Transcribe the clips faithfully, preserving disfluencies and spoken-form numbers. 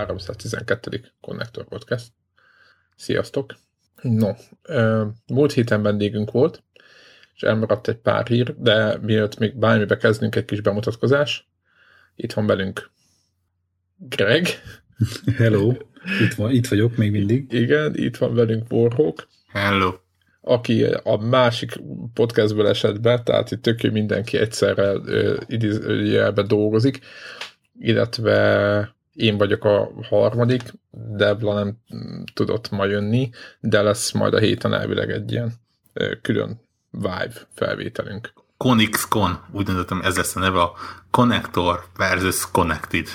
háromszáztizenkettedik Konnektor Podcast. Sziasztok! No, múlt héten vendégünk volt, és elmaradt egy pár hír, de mielőtt még bármibe kezdünk, egy kis bemutatkozás. Itt van velünk Greg. Hello, itt, van, itt vagyok még mindig. Igen, itt van velünk Warhawk. Hello. Aki a másik podcastből esett be, tehát itt tök jó mindenki egyszerre uh, idézőjelbe dolgozik, illetve én vagyok a harmadik, Debla nem tudott ma jönni, de lesz majd a héten elvileg egy ilyen uh, külön Vive felvételünk. ConXCon, úgy döntöttem, ez lesz a neve, a Connector versus Connected.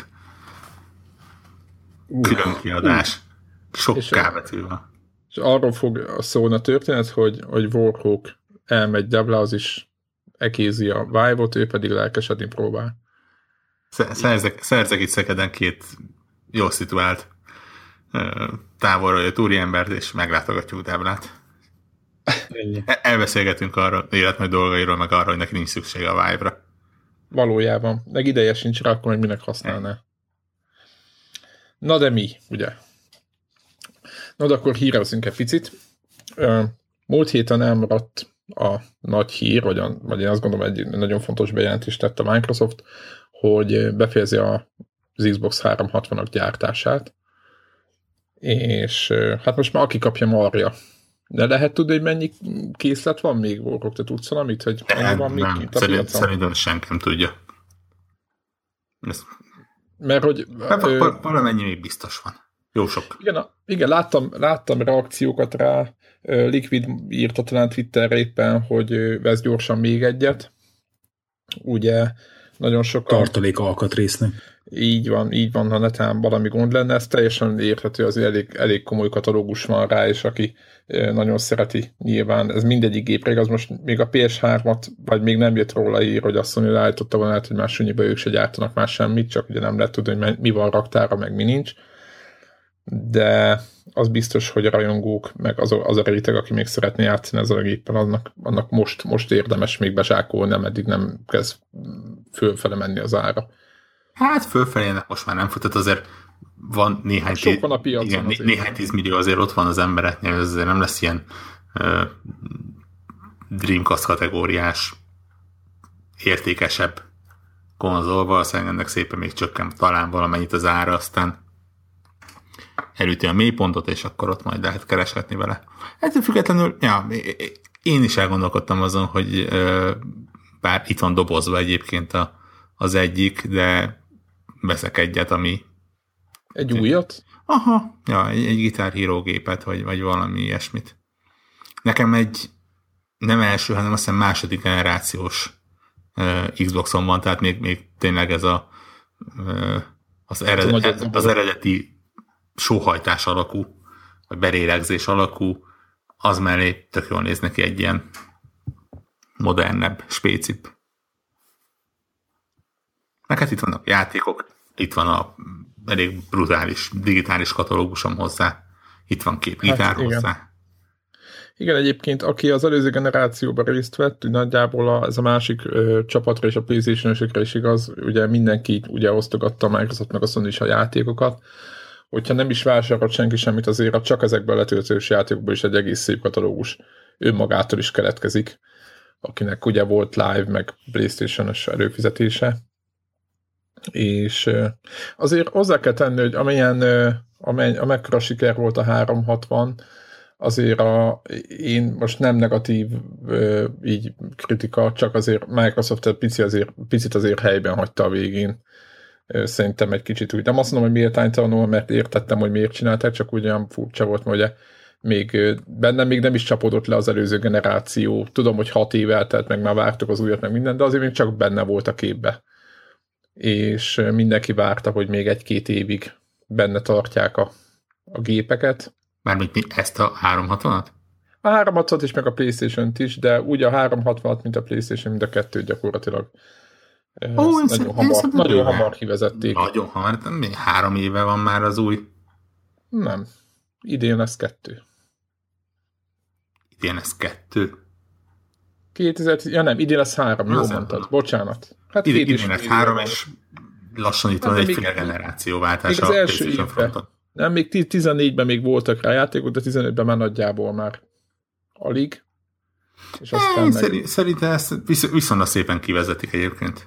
Külön kiadás. Sok kábetűvel. És arról fog szólni a történet, hogy, hogy Warhawk elmegy Deblához is, ekézi a Vive-ot, ő pedig lelkesedni próbál. Szerzek, szerzek itt Szekeden két jól szituált távolról jött úriembert, és meglátogatjuk Deblát. Elbeszélgetünk arra, életmű dolgairól, meg arra, hogy neki nincs szüksége a Vive-ra. Valójában. Meg ideje sincs rá, akkor meg minek használná. Na de mi, ugye? Na de akkor hírezzünk egy picit. Múlt héten elmaradt a nagy hír, vagy, a, vagy én azt gondolom egy nagyon fontos bejelentést tett a Microsoft, hogy befejezi az Xbox háromszázhatvanak gyártását, és hát most már aki kapja, marja. De lehet tudni, hogy mennyi készlet van még, Warhawk, te tudsz valamit, hogy mennyi van még nem, itt a szerint, piacon? Szerintem senki nem tudja. Ez... Mert hogy... Hát, ö... valamennyi még biztos van. Jó sok. Igen, igen láttam, láttam reakciókat rá. Liquid írta talán Twitterre éppen, hogy vesz gyorsan még egyet. Ugye nagyon sokan... Tartalék alkatrésznek. Így van, így van, ha netán valami gond lenne, ez teljesen érthető, azért elég, elég komoly katalógus van rá, és aki nagyon szereti nyilván, ez mindegyik gépre, az most még a pé es hármat, vagy még nem jött róla ír, hogy azt mondja, állította volna, hogy már sunyiba ők se gyártanak már semmit, csak ugye nem lehet tudni, hogy mi van raktára, meg mi nincs. De az biztos, hogy a rajongók, meg az a, az a réteg, aki még szeretné játszani ezzel a géppel, annak, annak most, most érdemes még bezsákolni, ameddig nem kezd fölfele menni az ára. Hát fölfelének most már nem fut, tehát azért van néhány, Sok van a piacon, igen, né- néhány tízmillió azért ott van az embereknél, ez azért nem lesz ilyen uh, Dreamcast kategóriás értékesebb konzol, valószínűleg ennek szépen még csökken talán valamennyit az ára, aztán elüti a mélypontot, és akkor ott majd lehet keresgetni vele. Ettől függetlenül, ja, én is elgondolkodtam azon, hogy bár itt van dobozva egyébként a, az egyik, de veszek egyet, ami... Egy újat? Aha, ja, egy, egy Guitar Hero gépet, vagy, vagy valami ilyesmit. Nekem egy nem első, hanem azt hiszem második generációs uh, Xboxon van, tehát még, még tényleg ez a uh, az, ered, az eredeti sóhajtás alakú, vagy berélegzés alakú, az mellé tök jól néz neki egy ilyen modernebb, spécibb. Meg hát itt vannak játékok, itt van a elég brutális digitális katalógusom hozzá, itt van két gitár hát, hozzá. Igen. igen, egyébként aki az előző generációban részt vett, nagyjából a, ez a másik ö, csapatra és a PlayStation-ösökre is igaz, ugye mindenki ugye osztogatta a Microsoft meg a Sony is a játékokat, hogyha nem is vásárolt senki semmit, azért csak ezekben a letöltős játékokban is egy egész szép katalógus önmagától is keletkezik, akinek ugye volt live, meg PlayStation-ös előfizetése. És azért hozzá kell tenni, hogy amilyen, amely, amekkora siker volt a háromszázhatvan, azért a, én most nem negatív így kritika, csak azért Microsoft pici azért, picit azért helyben hagyta a végén. Szerintem egy kicsit úgy. Nem azt mondom, hogy méltánytalanul, mert értettem, hogy miért csinálták, csak ugyan furcsa volt, hogy ugye még bennem még nem is csapódott le az előző generáció. Tudom, hogy hat év eltelt, meg már vártuk az újat, meg minden, de azért még csak benne volt a képbe. És mindenki várta, hogy még egy-két évig benne tartják a, a gépeket. Mármint mi ezt a háromszázhatvanat? A háromszázhatvanat is, meg a PlayStation-t is, de úgy a háromszázhatvanat, mint a PlayStation, mind a kettőt gyakorlatilag Ó, nagyon, hamar, nagyon hamar kivezették. Nagyon hamar, még három éve van már az új. Nem. Idén lesz kettő. Idén lesz kettő? kétezer-tíz Ja nem, idén lesz három, jól mondtad. Bocsánat. Hát idén, idén lesz három, és lassan itt van egy fél generációváltás a PlayStation fronton. Nem, még tizennégyben még voltak rá játékok, de tizenötben már nagyjából már alig. És aztán meg... szerint, szerintem ezt visz, viszonylag szépen kivezetik egyébként.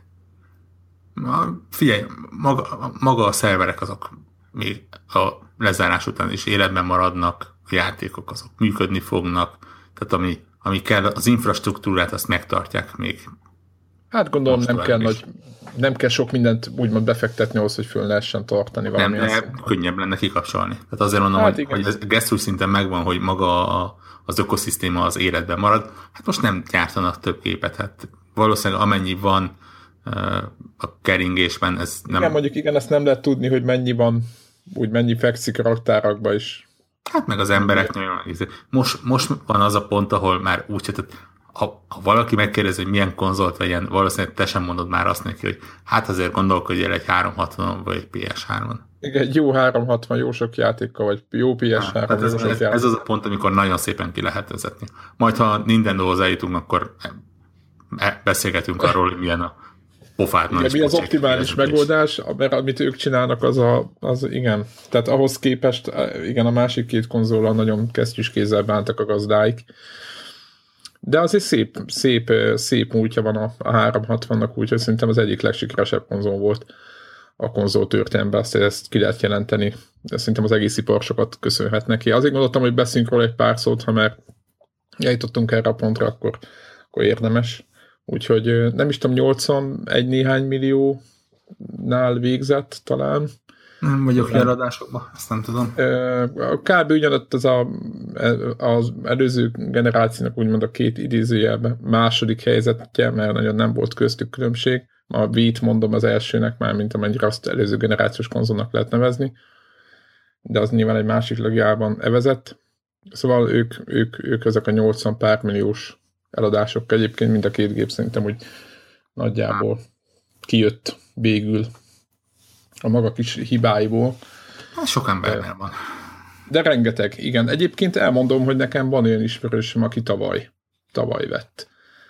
Figyelj, maga, maga a szerverek azok még a lezárás után is életben maradnak, a játékok azok működni fognak, tehát ami, ami kell, az infrastruktúrát azt megtartják még. Hát gondolom nem kell, nagy, nem kell sok mindent úgymond befektetni ahhoz, hogy föl lehessen tartani valami. Nem, nem könnyebb lenne kikapcsolni. Tehát azért mondom, hát hogy, hogy ez gesztus szinten megvan, hogy maga a, az ökoszisztéma az életben marad. Hát most nem gyártanak több képet, hát valószínűleg amennyi van a keringésben, ez nem... Igen, mondjuk igen, ezt nem lehet tudni, hogy mennyi van, úgy mennyi fekszik a raktárakba is. Hát meg az emberek nagyon... Most, most van az a pont, ahol már úgy, tehát ha, ha valaki megkérdezi, hogy milyen konzolt vegyen, valószínűleg te sem mondod már azt neki, hogy hát azért gondolkodj el egy háromszázhatvanon vagy egy pé es hármon. Igen, egy jó háromszázhatvan, jó sok játékkal, vagy jó pé es három. Hát ez, ez, ez az a pont, amikor nagyon szépen ki lehet vezetni. Majd ha Nintendo-hoz eljutunk, akkor beszélgetünk arról, hogy milyen a pofát. Igen, mi az optimális megoldás, mert amit ők csinálnak, az a, az igen. Tehát ahhoz képest, igen, a másik két konzollal nagyon kesztyűs kézzel bántak a gazdáik. De azért szép, szép, szép múltja van a, a háromszázhatvannak, úgyhogy szerintem az egyik legsikeresebb konzol volt a konzol történelemben, azt ezt ki lehet jelenteni. De szerintem az egész ipar sokat köszönhet neki. Azért gondoltam, hogy beszéljünk róla egy pár szót, ha már eljutottunk erre a pontra, akkor, akkor érdemes. Úgyhogy nem is tudom, nyolcvanegy néhány milliónál végzett talán. Nem vagyok eladásokban, ezt nem tudom. Kb. Ugyanott az a, az előző generációnak úgymond a két idézőjelben második helyzetje, mert nagyon nem volt köztük különbség. A Wii-t mondom az elsőnek már, mint amennyire azt előző generációs konzolnak lehet nevezni. De az nyilván egy másik logiában evezett. Szóval ők, ők, ők ezek a nyolcvan pár milliós eladások. Egyébként mind a két gép szerintem, hogy nagyjából kijött végül a maga kis hibáiból. Hát sok embernél van. De rengeteg, igen. Egyébként elmondom, hogy nekem van olyan ismerősöm, aki tavaly, tavaly vett.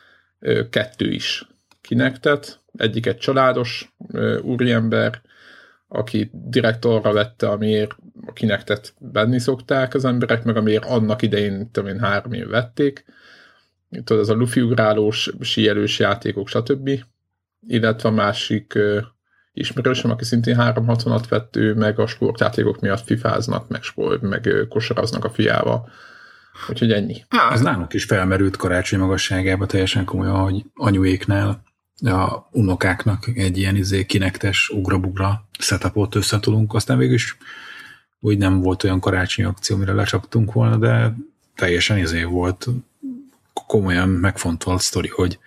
Kettő is Kinectet. Egyik egy családos úriember, aki direkt arra vette, amiért a Kinectet venni szokták az emberek, meg amiért annak idején, tudom én, három év vették. Tudod, ez a lufiugrálós, síelős játékok, stb. Illetve a másik uh, ismerősöm, aki szintén háromszázhatvanat vett, ő meg a sportjátékok miatt fifáznak, meg, sport, meg uh, kosaraznak a fiával. Úgyhogy ennyi. Ja, ez nálunk is felmerült karácsony magasságába teljesen komolyan, hogy anyuéknál a unokáknak egy ilyen izé kinektes ugrabugra setupot összetudunk, aztán végül is úgy nem volt olyan karácsonyi akció, amire lecsaptunk volna, de teljesen izé volt komolyan megfontolt sztori, hogy,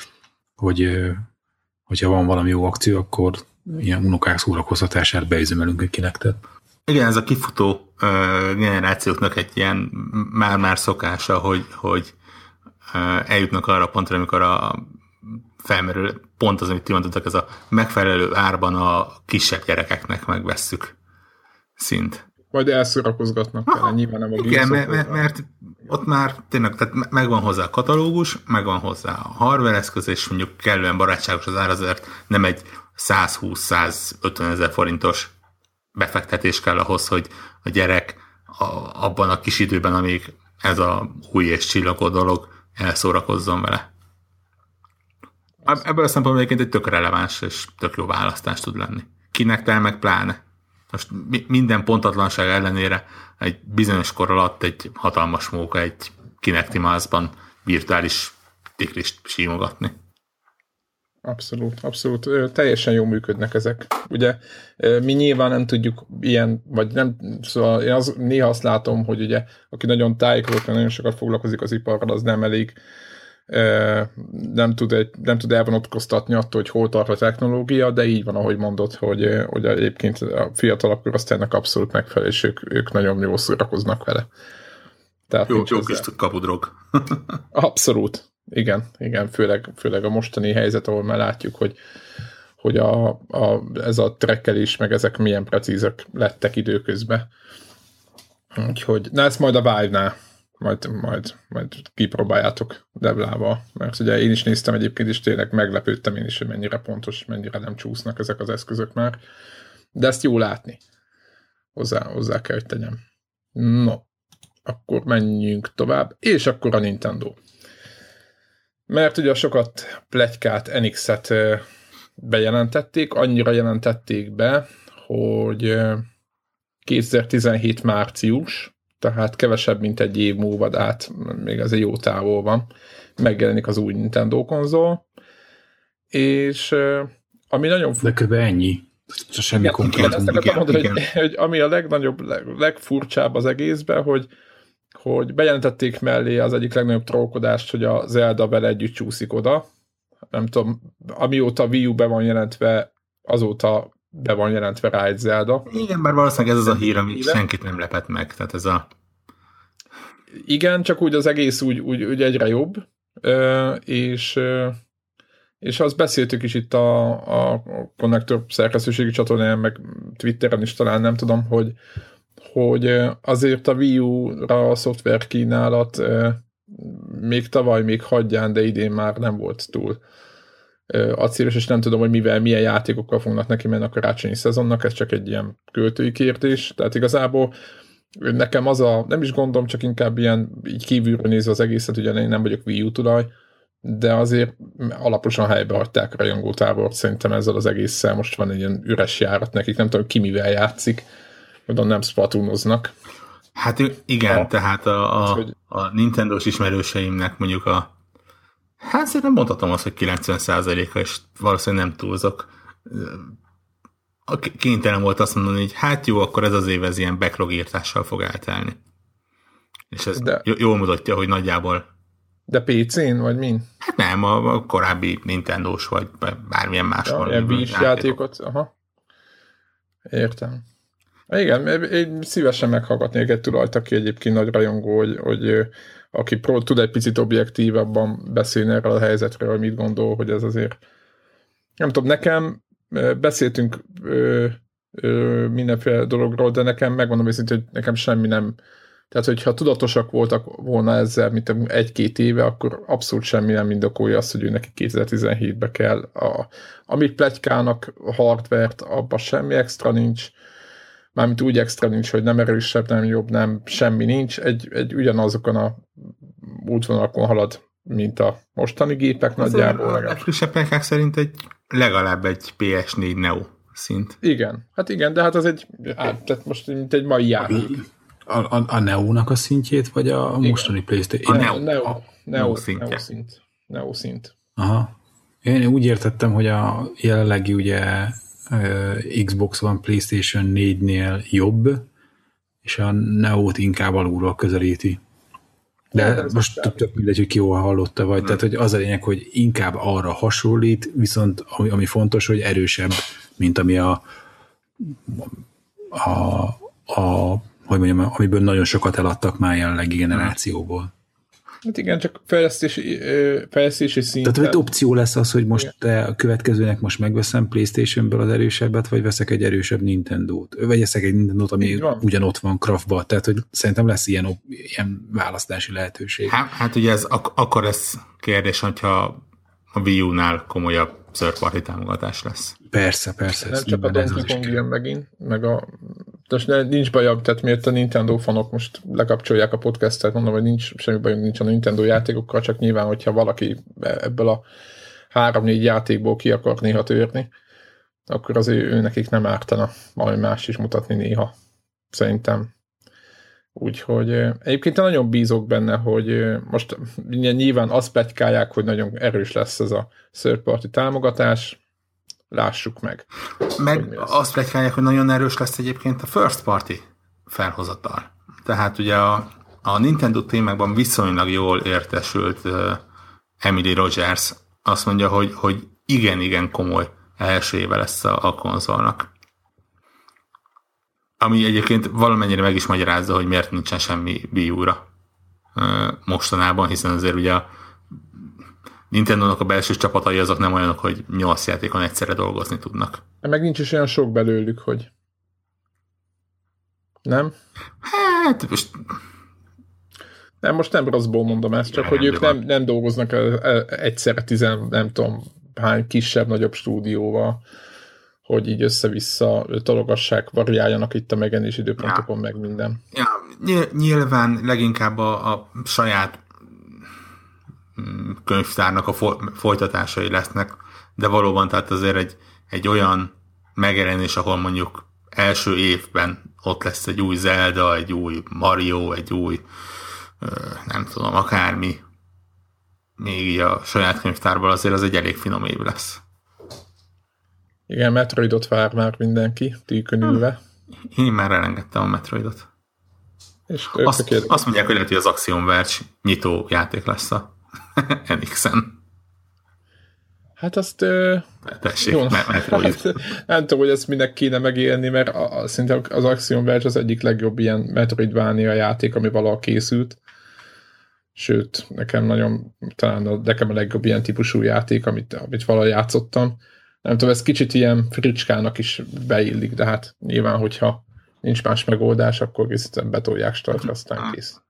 hogy hogyha van valami jó akció, akkor ilyen unokák szórakoztatására beüzemelünk egy Kinectet. Igen, ez a kifutó uh, generációknak egy ilyen már-már szokása, hogy, hogy uh, eljutnak arra a pontra, amikor a felmerül pont az, amit ti mondtatok, ez a megfelelő árban a kisebb gyerekeknek megvesszük szint. Majd elszórakozgatnak kell, nyilván nem a igen, mert, mert, mert ott már tényleg tehát megvan hozzá a katalógus, megvan hozzá a hardware eszköz, és mondjuk kellően barátságos az ár, azért nem egy százhúsz-százötven ezer forintos befektetés kell ahhoz, hogy a gyerek a, abban a kis időben, amíg ez a új és csillagó dolog, elszórakozzon vele. Ebből a szempontból egyébként egy tök releváns és tök jó választás tud lenni. Kinecttel meg pláne. Most minden pontatlanság ellenére egy bizonyos kor alatt egy hatalmas móka egy Kinecti mouse-ban virtuális tiklist símogatni. Abszolút, abszolút. Teljesen jól működnek ezek. Ugye mi nyilván nem tudjuk ilyen, vagy nem, szóval én az, néha azt látom, hogy ugye, aki nagyon tájékozott, nagyon sokat foglalkozik az iparral, az nem elég nem tud, egy, nem tud elvonatkoztatni attól, hogy hol tart a technológia, de így van, ahogy mondod, hogy, hogy egyébként a fiatalabb korosztálynak abszolút megfelel, és ők, ők nagyon jól szórakoznak vele. Tehát jó, jó kis kapudrog. Abszolút. Igen, igen, főleg, főleg a mostani helyzet, ahol már látjuk, hogy, hogy a, a, ez a trekkelés, meg ezek milyen precízek lettek időközben. Úgyhogy, na ezt majd a Vive-nál majd, majd, majd kipróbáljátok Devlával, mert ugye én is néztem egyébként, és tényleg meglepődtem én is, hogy mennyire pontos, mennyire nem csúsznak ezek az eszközök már, de ezt jó látni. Hozzá, hozzá kell, hogy tegyem. No, akkor menjünk tovább, és akkor a Nintendo. Mert ugye sokat pletykált en iksz-et bejelentették, annyira jelentették be, hogy kétezer-tizenhét március, tehát kevesebb, mint egy év múlva, de hát még ez egy jó távol van, megjelenik az új Nintendo konzol, és ami nagyon furcsa... De kb. Ennyi. Semmi igen, konkrétum. Igen, ezt mondani, hogy, hogy ami a legnagyobb, leg, legfurcsább az egészben, hogy, hogy bejelentették mellé az egyik legnagyobb trollkodást, hogy a Zelda vele együtt csúszik oda. Nem tudom, amióta Wii U be van jelentve, azóta be van jelentve rá egy Zelda. Igen, bár valószínűleg ez az a hír, ami éve. Senkit nem lepett meg. Tehát ez a... Igen, csak úgy az egész úgy, úgy, úgy egyre jobb, és, és azt beszéltük is itt a, a Connector szerkesztőségi csatornán, meg Twitteren is talán, nem tudom, hogy, hogy azért a Wii U-ra a szoftver kínálat még tavaly még hagyján, de idén már nem volt túl acélos, és nem tudom, hogy mivel, milyen játékokkal fognak neki menni a karácsonyi szezonnak, ez csak egy ilyen költői kérdés, tehát igazából nekem az a, nem is gondom, csak inkább ilyen így kívülről nézve az egészet, ugye én nem vagyok Wii U tulaj, de azért alaposan helybe hagyták a rajongótábort szerintem ezzel az egésszel, most van egy ilyen üres járat nekik, nem tudom, ki mivel játszik, mondom, nem splatoonoznak. Hát igen, a, tehát a, a, hogy... a Nintendo-s ismerőseimnek mondjuk a hát szerintem mondhatom azt, hogy kilencven százaléka, és valószínűleg nem túlzok. Kénytelen volt azt mondani, hogy hát jó, akkor ez az év ez ilyen backlog írtással fog eltelni. És ez de... jól mutatja, hogy nagyjából... De pé cén, vagy min? Hát nem, a, a korábbi Nintendo-s, vagy bármilyen más. Ja, ilyen Wii játékot, aha. Értem. Igen, én szívesen meghallgatnék egy tulajt, aki egyébként nagy rajongó, hogy, hogy aki pro, tud egy picit objektívabban beszélni erről a helyzetről, hogy mit gondol, hogy ez azért... Nem tudom, nekem beszéltünk ö, ö, mindenféle dologról, de nekem megmondom őszintén, hogy nekem semmi nem... Tehát, hogyha tudatosak voltak volna ezzel, mint egy-két éve, akkor abszolút semmi nem indokolja azt, hogy ő neki kétezer-tizenhétbe kell. A, amit pletykálnak a hardvert, abban semmi extra nincs. Mármint úgy extra nincs, hogy nem erősebb, nem jobb, nem, semmi nincs. Egy, egy ugyanazokon a útvonalakon halad, mint a mostani gépek az nagyjából. A legfrissebb pletykák szerint egy, legalább egy pé es négy Neo szint. Igen, hát igen, de hát az egy, á, tehát most mint egy mai játék. A, a, a Neo-nak a szintjét, vagy a igen. mostani PlayStation? A Neo, a Neo, a Neo, Neo, Neo szint. Neo szint. Aha. Én úgy értettem, hogy a jelenlegi ugye Xbox One PlayStation négynél jobb, és a Neo-t inkább alulról közelíti. De ja, most tök mindegy, hogy ki hol hallotta vagy. Hmm. Tehát, hogy az a lényeg, hogy inkább arra hasonlít, viszont ami, ami fontos, hogy erősebb, mint ami a a, a hogy mondjam, amiből nagyon sokat eladtak már jelenlegi generációból. Hát igen, csak fejlesztési, fejlesztési szinten. Tehát hogy opció lesz az, hogy most te a következőnek most megveszem PlayStation-ből az erősebbet, vagy veszek egy erősebb Nintendo-t. Vagy veszek egy Nintendo-t, ami ugyanott van craftban. Tehát, hogy szerintem lesz ilyen, ilyen választási lehetőség. Hát, hát ugye ez ak- akkor ez kérdés, hogyha a Wii U-nál komolyabb third party támogatás lesz. Persze, persze. Nem csak a Donkey Kong jön megint, meg a... De nincs bajom, tehát miért a Nintendo fanok most lekapcsolják a podcastet, mondom, hogy nincs semmi bajom, nincs a Nintendo játékokkal, csak nyilván, hogyha valaki ebből a három-négy játékból ki akar néha törni, akkor azért ő nekik nem ártana valami más is mutatni néha, szerintem. Úgyhogy egyébként nagyon bízok benne, hogy most nyilván azt pletykálják, hogy nagyon erős lesz ez a third party támogatás, lássuk meg. Meg azt pletykálják, hogy nagyon erős lesz egyébként a first party felhozatal. Tehát ugye a, a Nintendo témákban viszonylag jól értesült uh, Emily Rogers azt mondja, hogy, hogy igen-igen komoly első éve lesz a, a konzolnak. Ami egyébként valamennyire meg is magyarázza, hogy miért nincsen semmi Wii U-ra uh, mostanában, hiszen azért ugye a Nintendo-nak a belső csapatai azok nem olyanok, hogy nyolc játékon egyszerre dolgozni tudnak. Meg nincs is olyan sok belőlük, hogy nem? Hát most Nem, most nem rosszból mondom ezt, csak hogy ők nem, nem dolgoznak el, el, egyszerre tizen, nem tudom, hány kisebb-nagyobb stúdióval, hogy így össze-vissza tologassák, variáljanak itt a megjelenés időpontokon, ja. meg minden. Ja, nyilván leginkább a, a saját könyvtárnak a folytatásai lesznek, de valóban tehát azért egy, egy olyan megjelenés, ahol mondjuk első évben ott lesz egy új Zelda, egy új Mario, egy új nem tudom, akármi, még így a saját könyvtárból azért az egy elég finom év lesz. Igen, Metroidot vár már mindenki, tűkön ülve. Én már elengedtem a Metroidot. És azt, azt mondják, hogy lehet, hogy az Axiom Verge nyitó játék lesz a en iksen. Hát azt... Uh, Tessék, jó, Metroid. Hát, nem tudom, hogy ezt minek kéne megélni, mert a, a, szinte az Axiom Verge az egyik legjobb ilyen Metroidvania játék, ami valaha készült. Sőt, nekem nagyon, talán a, nekem a legjobb ilyen típusú játék, amit, amit valaha játszottam. Nem tudom, ez kicsit ilyen fricskának is beillik, de hát nyilván, hogyha nincs más megoldás, akkor készítem betolják startra, aztán kész.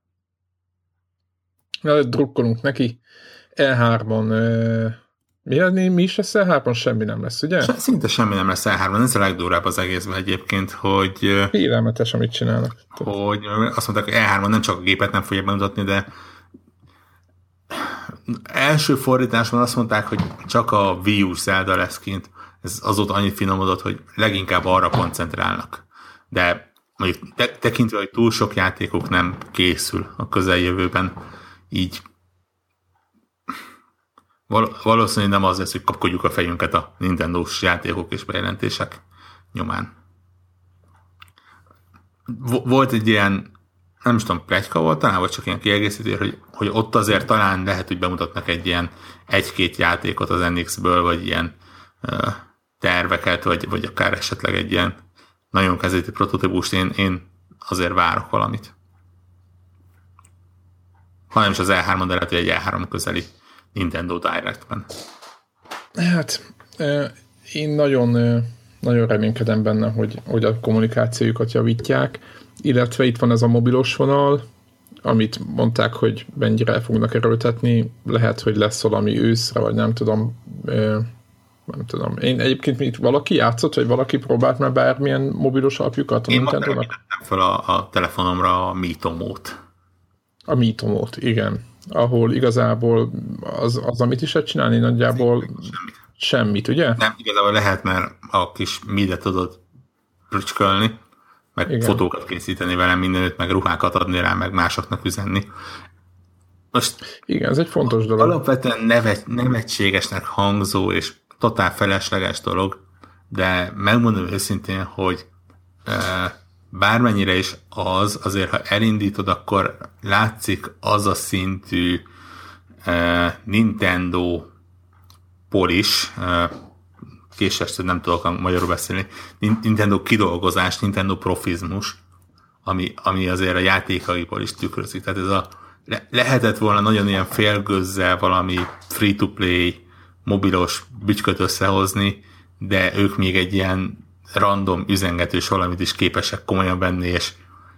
Na, drukkolunk neki. E hárman uh, mi, mi is lesz E hárman? Semmi nem lesz, ugye? Szinte semmi nem lesz E hárman. Ez a legdurvább az egészben egyébként, hogy... Félelmetes, amit csinálnak. Hogy azt mondták, hogy E hárman nem csak a gépet nem fogja bemutatni, de első fordításban azt mondták, hogy csak a Wii U Zelda lesz kint. Ez azóta annyit finomodott, hogy leginkább arra koncentrálnak. De mondjuk te- tekintve, hogy túl sok játékok nem készül a közeljövőben, így val- valószínűleg nem az lesz, hogy kapkodjuk a fejünket a Nintendo-s játékok és bejelentések nyomán. V- volt egy ilyen, nem is tudom, pletyka volt talán, vagy csak ilyen kiegészítő, hogy, hogy ott azért talán lehet, hogy bemutatnak egy ilyen egy-két játékot az en iksz-ből, vagy ilyen uh, terveket, vagy, vagy akár esetleg egy ilyen nagyon kezdeti prototípust. Én, én azért várok valamit. Ha nem is az E hárman, de lehet, hogy egy E három közeli Nintendo Directben. Hát én nagyon, nagyon reménykedem benne, hogy, hogy a kommunikációjukat javítják, illetve itt van ez a mobilos vonal, amit mondták, hogy mennyire el fognak erőltetni, lehet, hogy lesz valami őszre, vagy nem tudom, nem tudom. Én egyébként mit, valaki játszott, vagy valaki próbált már bármilyen mobilos apjukat a Nintendo-nak? Én tettem fel a, a telefonomra a Miitomót. A Miitomót, igen. Ahol igazából az, az amit is lehet csinálni, nagyjából semmit. semmit, ugye? Nem, igazából lehet, mert a kis midet tudod prücskölni, meg igen. fotókat készíteni vele mindenütt, meg ruhákat adni rá, meg másoknak üzenni. Most igen, ez egy fontos dolog. Alapvetően nevet, nevetségesnek hangzó és totál felesleges dolog, de megmondom őszintén, hogy e, bármennyire is az, azért ha elindítod, akkor látszik az a szintű e, Nintendo polis, e, késest nem tudok magyarul beszélni, Nintendo kidolgozás, Nintendo profizmus, ami, ami azért a játékaiból is tükrözik. Tehát ez a le, lehetett volna nagyon ilyen félgőzzel valami free-to-play mobilos bütyköt összehozni, de ők még egy ilyen random üzengetős valamit is képesek komolyan venni, és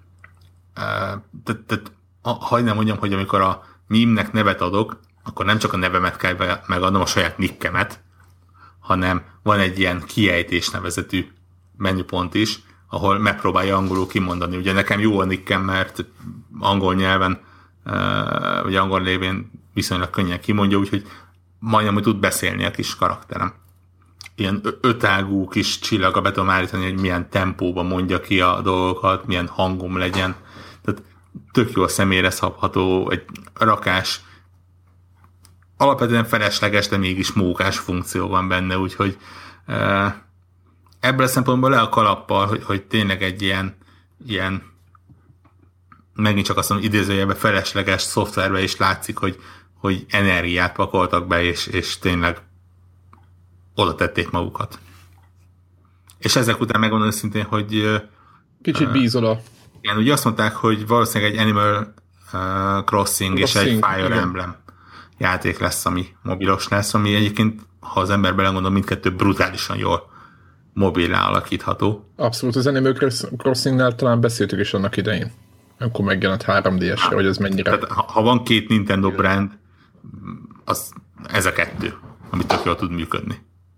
uh, tehát hagyd nem mondjam, hogy amikor a meme-nek nevet adok, akkor nem csak a nevemet kell megadnom, a saját nickemet, hanem van egy ilyen kiejtés nevezetű menüpont is, ahol megpróbálja angolul kimondani. Ugye nekem jó a nickem, mert angol nyelven, uh, vagy angol lévén viszonylag könnyen kimondja, úgyhogy majdnem, hogy tud beszélni a kis karakterem. Ilyen ötágú kis csillaga be tudom állítani, hogy milyen tempóban mondja ki a dolgokat, milyen hangom legyen. Tehát tök jó a személyre szabható, egy rakás, alapvetően felesleges, de mégis mókás funkció van benne, úgyhogy ebből a szempontból le a kalappal, hogy, hogy tényleg egy ilyen, ilyen megint csak azt mondom, idézőjelben felesleges szoftverbe is látszik, hogy hogy energiát pakoltak be, és, és tényleg oda tették magukat. És ezek után megmondom őszintén, hogy kicsit bízol a... Igen, ugye azt mondták, hogy valószínűleg egy Animal uh, Crossing, Crossing és egy Fire igen. Emblem játék lesz, ami mobilos lesz, ami egyébként, ha az ember belegondol, mindkettő brutálisan jól mobilra alakítható. Abszolút, az Animal Crossingnál talán beszéltük is annak idején. Akkor megjelent három dé es-re, hogy ez mennyire... Tehát, ha, ha van két Nintendo brand, az ez a kettő, amit tök jól tud működni.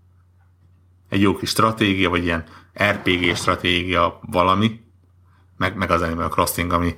Egy jó kis stratégia, vagy ilyen er pé gé stratégia valami, meg, meg az Animal Crossing, ami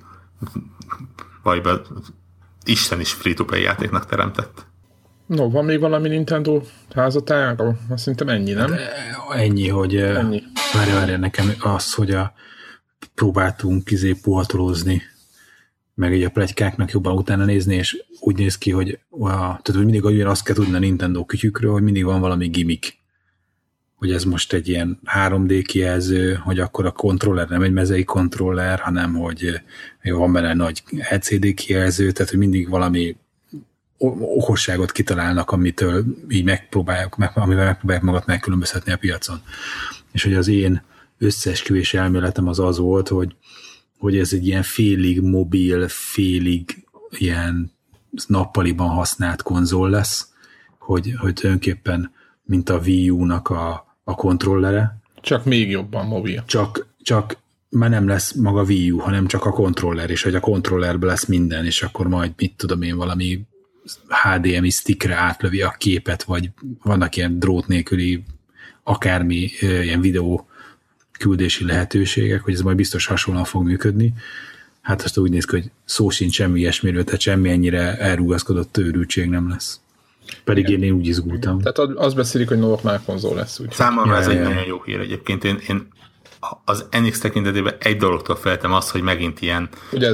valamiben Isten is free-to-play játéknak teremtett. No, van még valami Nintendo házatájáról? Azt szerintem ennyi, nem? De ennyi, hogy ennyi. Várj, várj, nekem az, hogy a, próbáltunk izé puhatolózni, meg így a pletykáknak jobban utána nézni, és úgy néz ki, hogy, a, tehát, hogy mindig olyan azt kell tudni a Nintendo kütyükről, hogy mindig van valami gimmick. Hogy ez most egy ilyen három dé kijelző, hogy akkor a kontroller nem egy mezei kontroller, hanem hogy van benne nagy el cé dé kijelző, tehát hogy mindig valami okosságot kitalálnak, amitől így megpróbálják, meg, amivel megpróbálják magat megkülönböztetni a piacon. És hogy az én összeesküvés elméletem az az volt, hogy, hogy ez egy ilyen félig mobil, félig ilyen nappaliban használt konzol lesz, hogy, hogy tulajdonképpen mint a Wii U-nak a, a kontrollere. Csak még jobban mobil. Csak, csak már nem lesz maga Wii U, hanem csak a kontroller, és hogy a kontrollerben lesz minden, és akkor majd, mit tudom én, valami há dé em i stickre átlövi a képet, vagy vannak ilyen drót nélküli akármi ilyen videó küldési lehetőségek, hogy ez majd biztos hasonlóan fog működni. Hát azt úgy néz ki, hogy szó sincs semmi ilyesmiről, tehát semmi ennyire elrugaszkodott őrültség nem lesz. Pedig én, én úgy izgultam. Tehát azt beszélik, hogy normál konzol lesz. Úgy. Számomra ja, ez ja, egy ja. nagyon jó hír egyébként. Én, én az en iksz tekintetében egy dologtól feltem az, hogy megint ilyen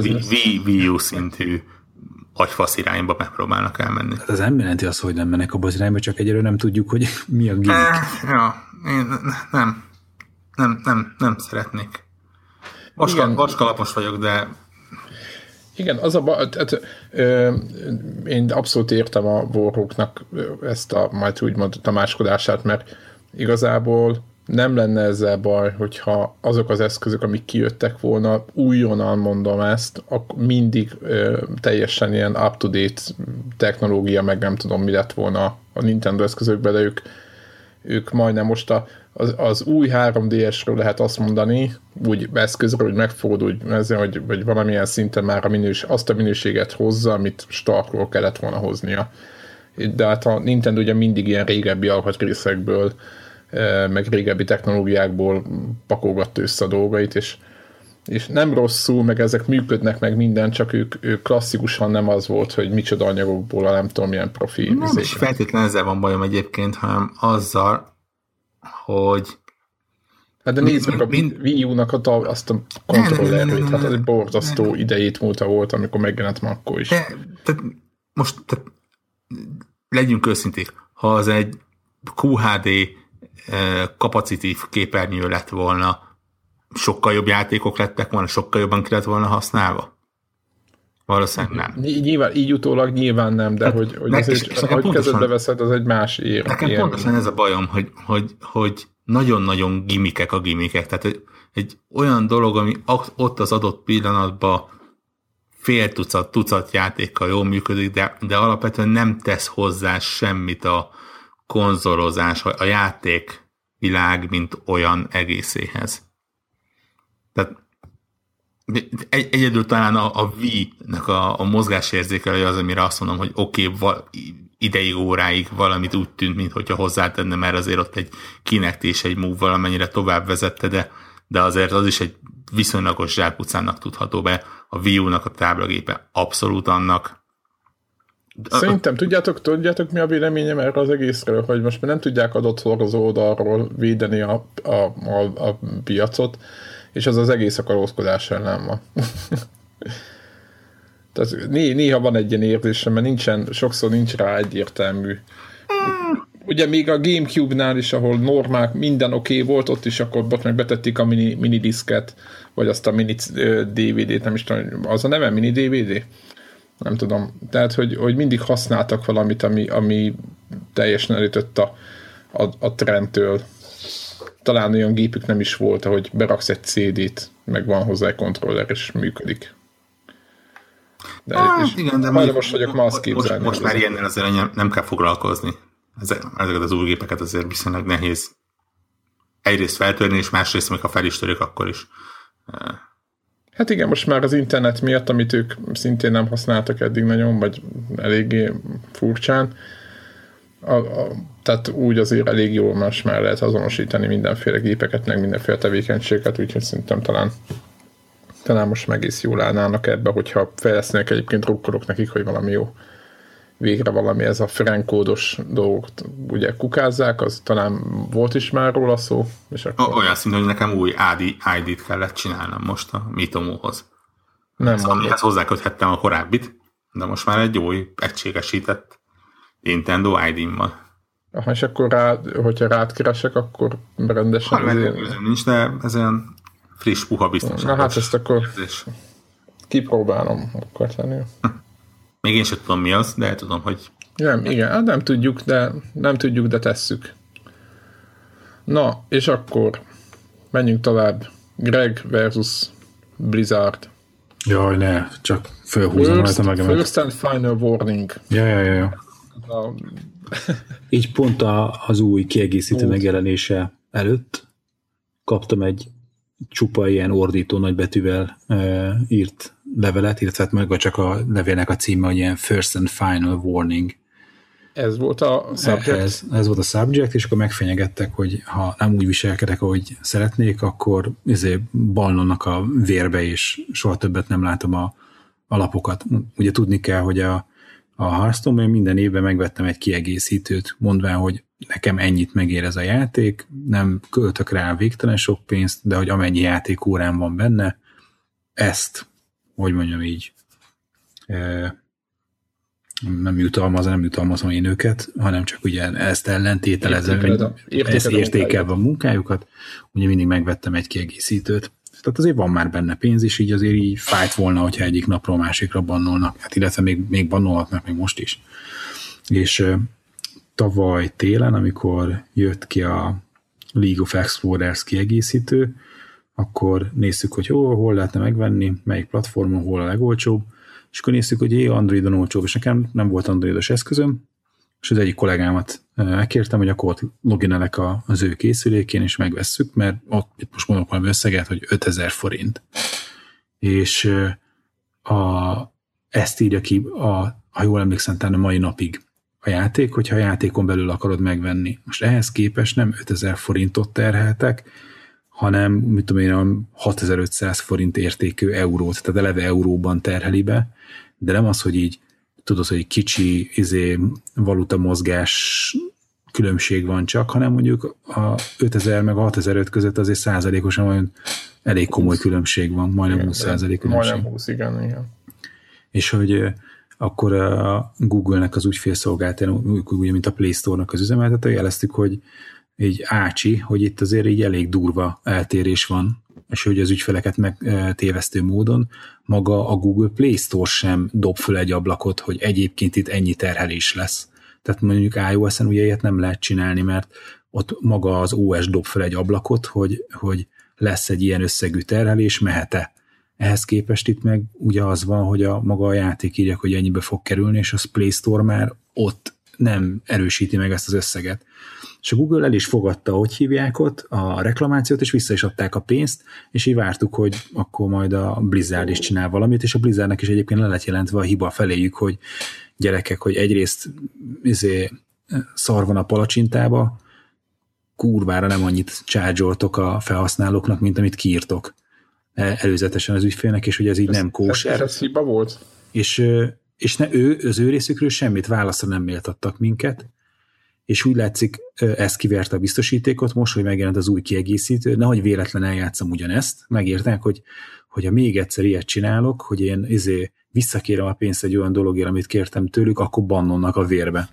Wii U szintű agyfasz irányba megpróbálnak elmenni. Hát az nem jelenti azt, hogy nem mennek abba az irányba, csak egyelőre nem tudjuk, hogy mi a gimmick. Eh, ja, én nem, nem, nem, nem szeretnék. Vaska, vaskalapos vagyok, de igen, az a ba, tehát, ö, én abszolút értem a Warhawknak ezt a majd úgymond tamáskodását, mert igazából nem lenne ezzel baj, hogyha azok az eszközök, amik kijöttek volna, újonnan mondom ezt, akkor mindig ö, teljesen ilyen up-to-date technológia, meg nem tudom, mi lett volna a Nintendo eszközökben, de ők, ők majdnem most a, az, az új három dé es-ről lehet azt mondani, úgy eszközről, hogy megfogod, úgy ezzel, hogy, hogy valamilyen szinten már a minős, azt a minőséget hozza, amit startról kellett volna hoznia. De hát a Nintendo ugye mindig ilyen régebbi alkatrészekből meg régebbi technológiákból pakolgatta össze a dolgait, és, és nem rosszul, meg ezek működnek, meg minden, csak ők, ők klasszikusan nem az volt, hogy micsoda anyagokból, a nem tudom, milyen profi. Nem izéken. Is feltétlenül ezzel van bajom egyébként, hanem azzal, hogy hát de nézd meg a mind... Wii U-nak a, azt a kontrollerét, hát az egy borzasztó ne, ne. idejét múlta volt, amikor megjelent már akkor is. De, tehát most tehát, legyünk őszinték, ha az egy kú há dé kapacitív képernyő lett volna, sokkal jobb játékok lettek volna, sokkal jobban ki lett volna használva? Valószínűleg nem. Nyilván, így utólag nyilván nem, de hát, hogy, hogy és, és ahogy kezedbe veszed, az egy más ér. Nekem ilyen. Pontosan ez a bajom, hogy, hogy, hogy nagyon-nagyon gimikek a gimikek. Tehát egy, egy olyan dolog, ami ott az adott pillanatban fél tucat, tucat játékkal jól működik, de, de alapvetően nem tesz hozzá semmit a konzolozás, a játékvilág, mint olyan egészéhez. Tehát egy, egyedül talán a, a Wii-nek a, a mozgásérzékelője az, amire azt mondom, hogy oké, okay, val, ideig, óráig valamit úgy tűnt, mintha hozzátenne, mert azért ott egy Kinect és egy Move valamennyire tovább vezette, de, de azért az is egy viszonylagos zsákutcának tudható be. A Wii U-nak a táblagépe abszolút annak. Szerintem tudjátok, tudjátok mi a véleményem erre az egészről, hogy most már nem tudják adott az oldalról védeni a, a, a, a piacot, és az az egész a kalózkodás ellen van. Tehát néha van egy ilyen érzésem, mert nincsen, sokszor nincs rá egyértelmű. Ugye még a GameCube-nál is, ahol normál, minden oké okay volt, ott is akkor ott meg betették a mini, mini diszket, vagy azt a mini dé vé dét, nem is tudom, az a neve mini dé vé dé? Nem tudom. Tehát, hogy, hogy mindig használtak valamit, ami, ami teljesen elütött a, a, a trendtől. Talán olyan gépük nem is volt, ahogy beraksz egy cé dét, meg van hozzá egy kontroller, és működik. De ah, igen, de majd most vagyok ma azt képzelni. Most, most már ilyennel azért nem, nem kell foglalkozni. Ezek, ezeket az új gépeket azért viszonylag nehéz egyrészt feltörni, és másrészt, amikor fel is törik, akkor is. Hát Hát igen, most már az internet miatt, amit ők szintén nem használtak eddig nagyon, vagy eléggé furcsán, a, a, tehát úgy azért elég jól más már lehet azonosítani mindenféle gépeket, meg mindenféle tevékenységet, úgyhogy szerintem talán, talán most meg egész jól állnának ebbe, hogyha fejlesztenek, egyébként rukkolok nekik, hogy valami jó, végre valami ez a frenkódos dolgot ugye kukázzák, az talán volt is már róla szó. És akkor... Olyan szintén, hogy nekem új I D-t kellett csinálnom most a Mitomóhoz. Nem szóval amihez hozzáköthettem a korábbit, de most már egy új egységesített Nintendo I D-m van. Aha, és akkor rá, hogyha rád keresek, akkor rendesen... Ha, azért... nincs, de ez olyan friss, puha biztonságos. Na hát ezt akkor érzés. Kipróbálom, akkor tenni. Még én sem tudom mi az, de tudom, hogy... Nem, igen, hát nem tudjuk, de nem tudjuk, de tesszük. Na, és akkor menjünk tovább. Greg versus Blizzard. Jaj, ne, csak felhúzom rajta meg. First and final warning. Ja, ja, ja. ja. A... Így pont a, az új kiegészítő megjelenése előtt kaptam egy csupa ilyen ordító nagybetűvel e, írt levelet, illetve meg csak a levélnek a címe, hogy ilyen First and Final Warning. Ez volt a subject? Ez, ez volt a subject, és akkor megfenyegettek, hogy ha nem úgy viselkedek, ahogy szeretnék, akkor ezért balnonnak a vérbe, és soha többet nem látom a, a lapokat. Ugye tudni kell, hogy a, a Hearthstone-ban minden évben megvettem egy kiegészítőt, mondván, hogy nekem ennyit megér ez a játék, nem költök rá végtelen sok pénzt, de hogy amennyi játékórám van benne, ezt, hogy mondjam így, e, nem jutalmaz, nem jutalmazom én őket, hanem csak ugye ezt ellentételezem, ezt értékelve a munkájukat, ugye mindig megvettem egy kiegészítőt. Tehát azért van már benne pénz, és így azért így fájt volna, hogyha egyik napról másikra bannolnak, hát illetve még, még bannolhatnak, még most is. És uh, tavaly télen, amikor jött ki a League of Explorers kiegészítő, akkor néztük, hogy hol, hol lehetne megvenni, melyik platformon, hol a legolcsóbb, és akkor néztük, hogy jé, Androidon olcsóbb, és nekem nem volt androidos eszközöm, és az egyik kollégámat megkértem, hogy akkor ott loginelek az ő készülékén, és megvesszük, mert ott itt most mondok valami összeget, hogy ötezer forint. És a, ezt írja ki, a, ha jól emlékszem, talán a mai napig a játék, hogyha a játékon belül akarod megvenni. Most ehhez képest nem ötezer forintot terheltek, hanem, mit tudom én, a hatezer-ötszáz forint értékű eurót, tehát eleve euróban terheli be, de nem az, hogy így tudod, hogy kicsi izé, valuta mozgás különbség van csak, hanem mondjuk a ötezer meg a hatezer-öt között azért százalékosan olyan elég komoly különbség van, majdnem igen, húsz százalék különbség. Majdnem húsz, igen, igen. És hogy akkor a Google-nek az ügyfélszolgáltató, ugye, mint a Play Store-nak az üzemeltető, jeleztük, hogy így ácsi, hogy itt azért így elég durva eltérés van, és hogy az ügyfeleket megtévesztő módon maga a Google Play Store sem dob föl egy ablakot, hogy egyébként itt ennyi terhelés lesz. Tehát mondjuk iOS-en ugye ilyet nem lehet csinálni, mert ott maga az o es dob föl egy ablakot, hogy, hogy lesz egy ilyen összegű terhelés, mehet-e. Ehhez képest itt meg ugye az van, hogy a maga a játék írja, hogy ennyibe fog kerülni, és az Play Store már ott nem erősíti meg ezt az összeget. És a Google el is fogadta, hogy hívják ott a reklamációt, és vissza is adták a pénzt, és így vártuk, hogy akkor majd a Blizzard is csinál valamit, és a Blizzardnak is egyébként le lett jelentve a hiba feléjük, hogy gyerekek, hogy egyrészt izé, szar van a palacsintába, kurvára nem annyit charge-oltok a felhasználóknak, mint amit kiírtok előzetesen az ügyfélnek, és hogy ez így ez, nem kóser. Ez, ez hiba volt? És, és ne, ő, az ő részükről semmit válaszra nem méltattak minket, és úgy látszik, ezt kiverte a biztosítékot, most, hogy megjelent az új kiegészítő, nehogy véletlen eljátszom ugyanezt, megértek, hogy, hogy ha még egyszer ilyet csinálok, hogy én izé visszakérem a pénzt egy olyan dologért, amit kértem tőlük, akkor bannolnak a vérbe.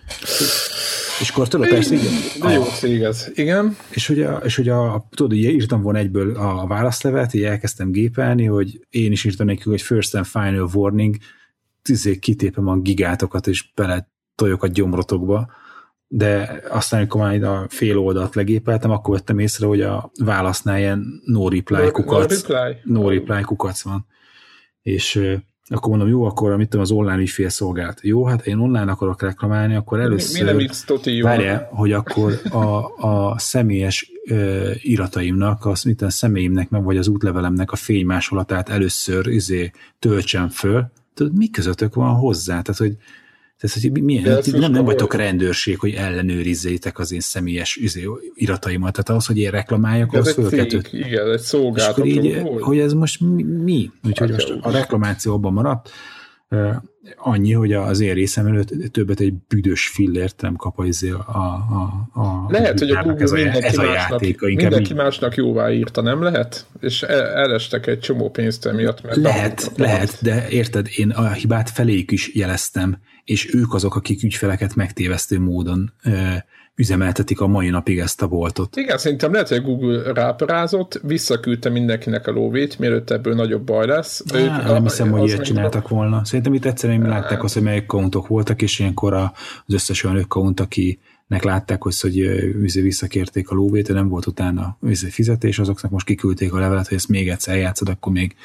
És akkor tudod, persze, igen. De jó cég ez, igen. És hogy, a, és hogy a, tudod, ugye írtam volna egyből a válaszlevet, így elkezdtem gépelni, hogy én is írtam nekik, hogy first and final warning, izé kitépem a gigátokat, és bele tojok a gyomrotokba, de aztán, amikor már a fél oldalt legépeltem, akkor vettem észre, hogy a válasznál ilyen no reply kukac, no reply, no reply kukac van. És uh, akkor mondom, jó, akkor mit tudom, az online ügyfélszolgálat. Jó, hát én online akarok reklamálni, akkor először... Mi, mi nem X-toti jó? Várjál, hogy akkor a, a személyes ö, irataimnak, az mint a személyimnek, meg vagy az útlevelemnek a fénymásolatát először izé, töltsem föl. Tudod, mi közöttök van hozzá? Tehát, hogy, tehát, hogy milyen, nem, nem vagytok rendőrség, hogy ellenőrizzétek az én személyes izé, irataimat. Tehát ahhoz, hogy én reklamáljak, ahhoz föl kell tölteni. Igen, egy szolgáltató. És akkor így, hogy ez most mi? mi? Úgyhogy hát most a reklamáció abban maradt. Annyi, hogy az én részem előtt többet egy büdös fillért nem kap az a, a, a lehet, hogy a Google ez a, mindenki, ez a másnak, játék, mindenki másnak jóvá írta, nem lehet? És elestek egy csomó pénzt emiatt. Mert lehet, lehet, de érted, én a hibát feléjük is jeleztem, és ők azok, akik ügyfeleket megtévesztő módon üzemeltetik a mai napig ezt a boltot. Igen, szerintem lehet, hogy Google ráparázott, visszaküldte mindenkinek a lóvét, mielőtt ebből nagyobb baj lesz. Á, ők, nem a, hiszem, hogy ilyet csináltak a... volna. Szerintem itt egyszerűen látták azt, hogy melyik accountok voltak, és ilyenkor az összes olyan account, akinek látták, hogy, hogy visszakérték a lóvét, de nem volt utána fizetés, azoknak most kiküldték a levelet, hogy ezt még egyszer eljátszod, akkor még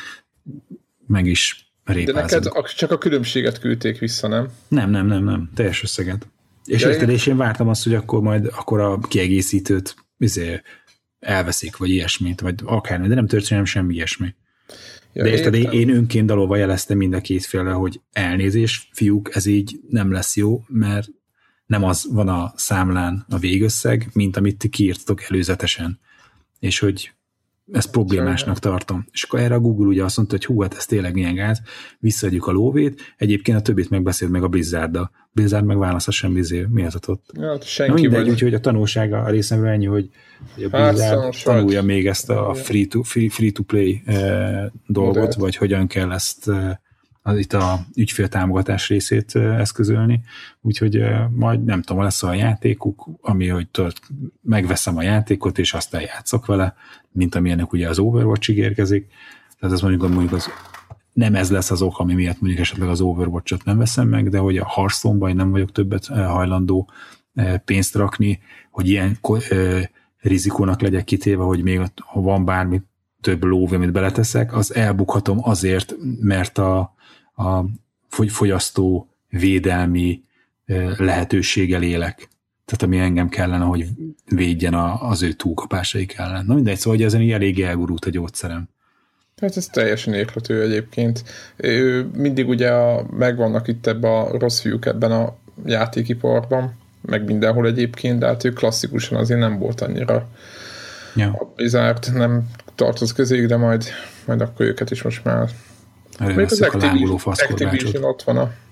meg is répázunk. De neked csak a különbséget küldték vissza, nem? Nem, nem, nem, nem. Teljes összeget. És érted, és én vártam azt, hogy akkor majd akkor a kiegészítőt izé, elveszik, vagy ilyesmit, vagy akármi, de nem történik semmi ilyesmi. Ja, de érted, értem. Én önként dalolva jeleztem mind a két félre, hogy elnézés, fiúk, ez így nem lesz jó, mert nem az van a számlán a végösszeg, mint amit ti kiírtatok előzetesen. És hogy ezt problémásnak tartom. És akkor erre a Google ugye azt mondta, hogy hú, hát ez tényleg milyen gáz, visszaadjuk a lóvét, egyébként a többit megbeszélt meg a Blizzard-dal. Blizzard meg válasza sem bizé méltatott. Ja, senki mindegy, úgyhogy a tanulsága a részemről ennyi, hogy a Blizzard hát, tanulja vagy. még ezt a free-to-play free to play, eh, dolgot, de. vagy hogyan kell ezt eh, az itt a ügyféltámogatás részét eh, eszközölni. Úgyhogy eh, majd nem tudom, lesz a játékuk, ami, hogy tört, megveszem a játékot, és aztán játszok vele, mint amilyenek ugye az Overwatch-ig érkezik. Tehát ez mondjuk, mondjuk az, nem ez lesz az ok, ami miatt mondjuk esetleg az Overwatch-ot nem veszem meg, de hogy a Hearthstone-ban nem vagyok többet hajlandó pénzt rakni, hogy ilyen rizikónak legyek kitéve, hogy még ha van bármi több lóvé, amit beleteszek, az elbukhatom azért, mert a, a fogyasztó védelmi lehetőséggel élek. Tehát ami engem kellene, hogy védjen a, az ő túlkapásaik ellen. Na mindegy, szóval hogy ezen így elég elgurult a gyógyszerem. Hát ez teljesen érthető egyébként. Ő mindig ugye a, megvannak itt ebben a rossz fiúk ebben a játékiparban, meg mindenhol egyébként, de hát ő klasszikusan azért nem volt annyira ja. a Blizzard, nem tartoz közéjük, de majd, majd akkor őket is most már. Még az Activision ott van a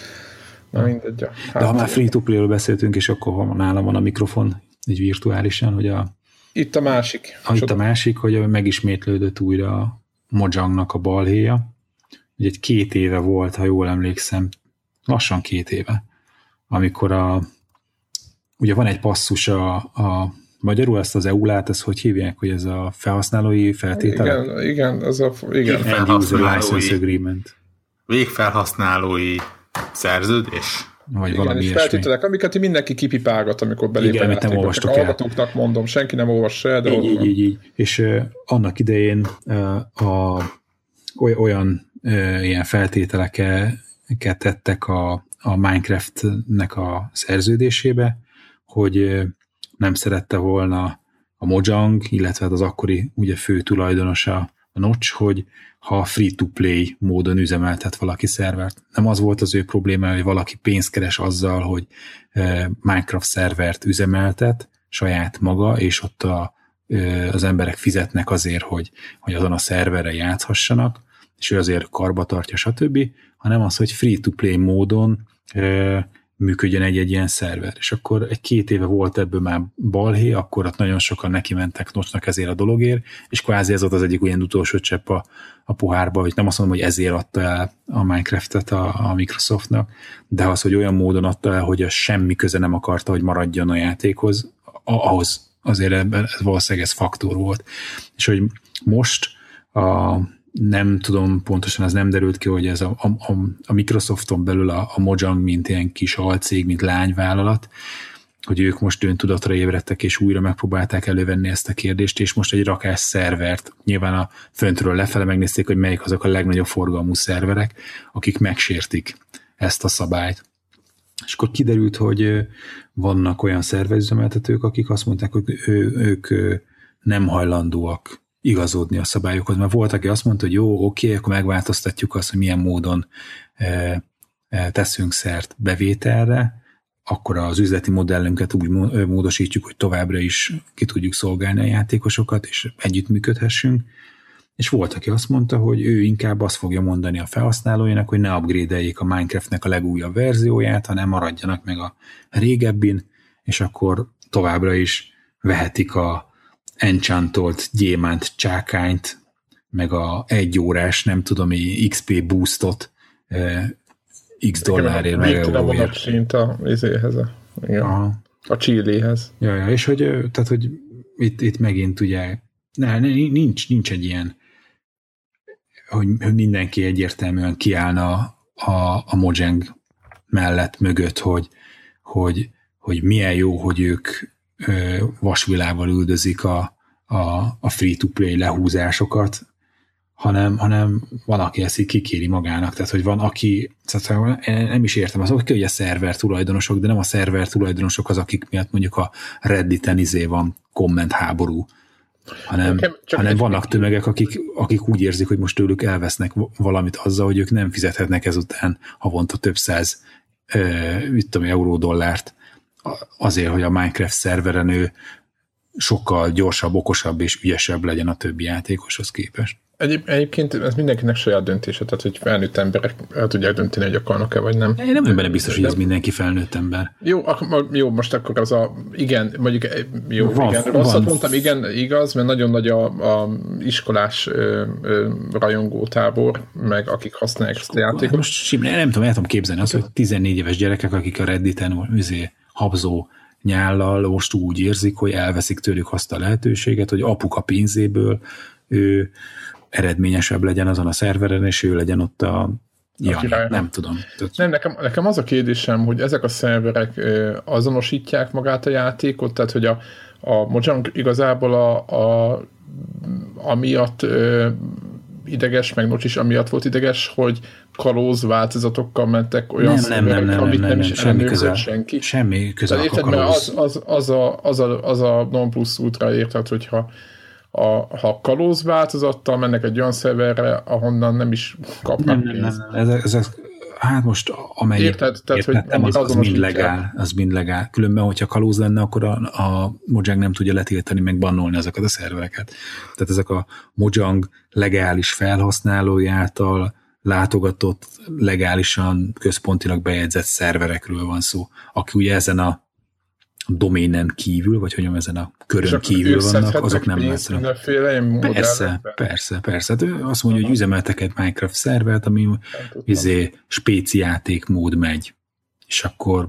Na mindegy. Hát, de ha már free-to-play-ről beszéltünk, és akkor nálam van a mikrofon, így virtuálisan, hogy a... Itt a másik. A, itt a másik, hogy megismétlődött újra a Mojangnak a balhéja. Ugye egy két éve volt, ha jól emlékszem, lassan két éve, amikor a... Ugye van egy passzus a, a magyarul ezt az é u-lát, ezt hogy hívják, hogy ez a felhasználói feltételek? Igen, igen, ez a... Igen. Felhasználói, agreement. Végfelhasználói szerződés. Vagy igen, valami és ilyesmi. feltételek, amiket mindenki kipipálgat, amikor belép igen, amit nem olvastok el. Hallgatóknak mondom, senki nem olvassa el, de így, így, így, így. És uh, annak idején uh, a, olyan uh, ilyen feltételeket tettek a, a Minecraftnek a szerződésébe, hogy uh, nem szerette volna a Mojang, illetve az akkori ugye fő tulajdonosa a Notch, hogy ha free-to-play módon üzemeltet valaki szervert. Nem az volt az ő probléma, hogy valaki pénzt keres azzal, hogy Minecraft szervert üzemeltet saját maga, és ott a, az emberek fizetnek azért, hogy, hogy azon a szerverre játszhassanak, és ő azért karba tartja, stb., hanem az, hogy free-to-play módon működjön egy-egy ilyen szerver. És akkor egy két éve volt ebből már balhé, akkor ott nagyon sokan neki mentek Notchnak ezért a dologért, és kvázi ez volt az egyik olyan utolsó csepp a, a pohárba, hogy nem azt mondom, hogy ezért adta el a Minecraftet a, a Microsoftnak, de az, hogy olyan módon adta el, hogy a semmi köze nem akarta, hogy maradjon a játékhoz, ahhoz azért ebben valószínűleg ez faktor volt. És hogy most a nem tudom, pontosan ez nem derült ki, hogy ez a, a, a Microsofton belül a, a Mojang, mint ilyen kis alcég, mint lányvállalat, hogy ők most öntudatra ébredtek, és újra megpróbálták elővenni ezt a kérdést, és most egy rakás szervert, nyilván a föntről lefele megnézték, hogy melyik azok a legnagyobb forgalmú szerverek, akik megsértik ezt a szabályt. És akkor kiderült, hogy vannak olyan szervezőzemeltetők, akik azt mondták, hogy ő, ők nem hajlandóak igazodni a szabályokhoz, mert volt, aki azt mondta, hogy jó, oké, akkor megváltoztatjuk azt, hogy milyen módon teszünk szert bevételre, akkor az üzleti modellünket úgy módosítjuk, hogy továbbra is ki tudjuk szolgálni a játékosokat, és együttműködhessünk. És volt, aki azt mondta, hogy ő inkább azt fogja mondani a felhasználóinak, hogy ne upgrade-eljék a Minecraftnek a legújabb verzióját, hanem maradjanak meg a régebbin, és akkor továbbra is vehetik a enchantolt gyémánt csákányt, meg a egy órás, nem tudom, iksz pé boostot x dollárért, meg euróért. Szint a izéhez, a, a, a Chiléhez. Ja, ja, és hogy, tehát, hogy itt, itt megint ugye ne, nincs, nincs egy ilyen, hogy mindenki egyértelműen kiállna a, a Mojang mellett, mögött, hogy, hogy, hogy milyen jó, hogy ők vasvilával üldözik a, a, a free-to-play lehúzásokat, hanem, hanem van, aki ezt így kikéri magának, tehát hogy van, aki, tehát nem is értem, azok, hogy a szerver tulajdonosok, de nem a szerver tulajdonosok az, akik miatt mondjuk a Redditen izé van komment háború, hanem, hanem vannak tömegek, akik, akik úgy érzik, hogy most tőlük elvesznek valamit azzal, hogy ők nem fizethetnek ezután havonta több száz mit tudom, euró-dollárt azért, hogy a Minecraft szerveren ő sokkal gyorsabb, okosabb és ügyesebb legyen a többi játékoshoz képest. Egyéb, egyébként ez mindenkinek saját döntése, tehát hogy felnőtt emberek el tudják dönteni, hogy akarnak-e, vagy nem. Én nem vagyok benne biztos, hogy ez mindenki felnőtt ember. Jó, jó, most akkor az a, igen, mondjuk, jó, van, igen, rosszat van. Mondtam, igen, igaz, mert nagyon nagy a, a iskolás ö, ö, rajongótábor, meg akik használják ezt a játékot. Most simán, nem tudom, el tudom képzelni azt, hogy tizennégy éves gyerekek, akik a Redditen üzé, habzó nyállal most úgy érzik, hogy elveszik tőlük azt a lehetőséget, hogy apuka pénzéből ő eredményesebb legyen azon a szerveren, és ő legyen ott a... Ja, nem, nem tudom. Nem, nekem, nekem az a kérdésem, hogy ezek a szerverek ö, azonosítják magát a játékot, tehát hogy a, a Mojang igazából a, a, amiatt ö, ideges, meg Nocsis amiatt volt ideges, hogy kalóz változatokkal mentek olyan nem, szerverek, nem, nem, amit nem, nem, nem, is semmi közel, senki. Semmi közel a kalóz. Az, az, az, a, az, a, az a non plus ultra érted, hogyha A, ha kalóz változattal mennek egy olyan szerverre, ahonnan nem is kapnak nem, pénzt. Nem, nem, nem. Ez, ez, hát most amelyik érted, tehát, hogy az, az mind legál, az mind legál. Különben, hogyha kalóz lenne, akkor a, a Mojang nem tudja letiltani, meg bannolni ezeket a szervereket. Tehát ezek a Mojang legális felhasználói által látogatott, legálisan központilag bejegyzett szerverekről van szó, aki ugye ezen a doménen kívül, vagy hogy ezen a körön kívül vannak, azok nem látszanak. Persze, persze, persze. Hát ő azt mondja, hogy üzemeltek egy Minecraft szervert, ami izé, spéci játékmód megy, és akkor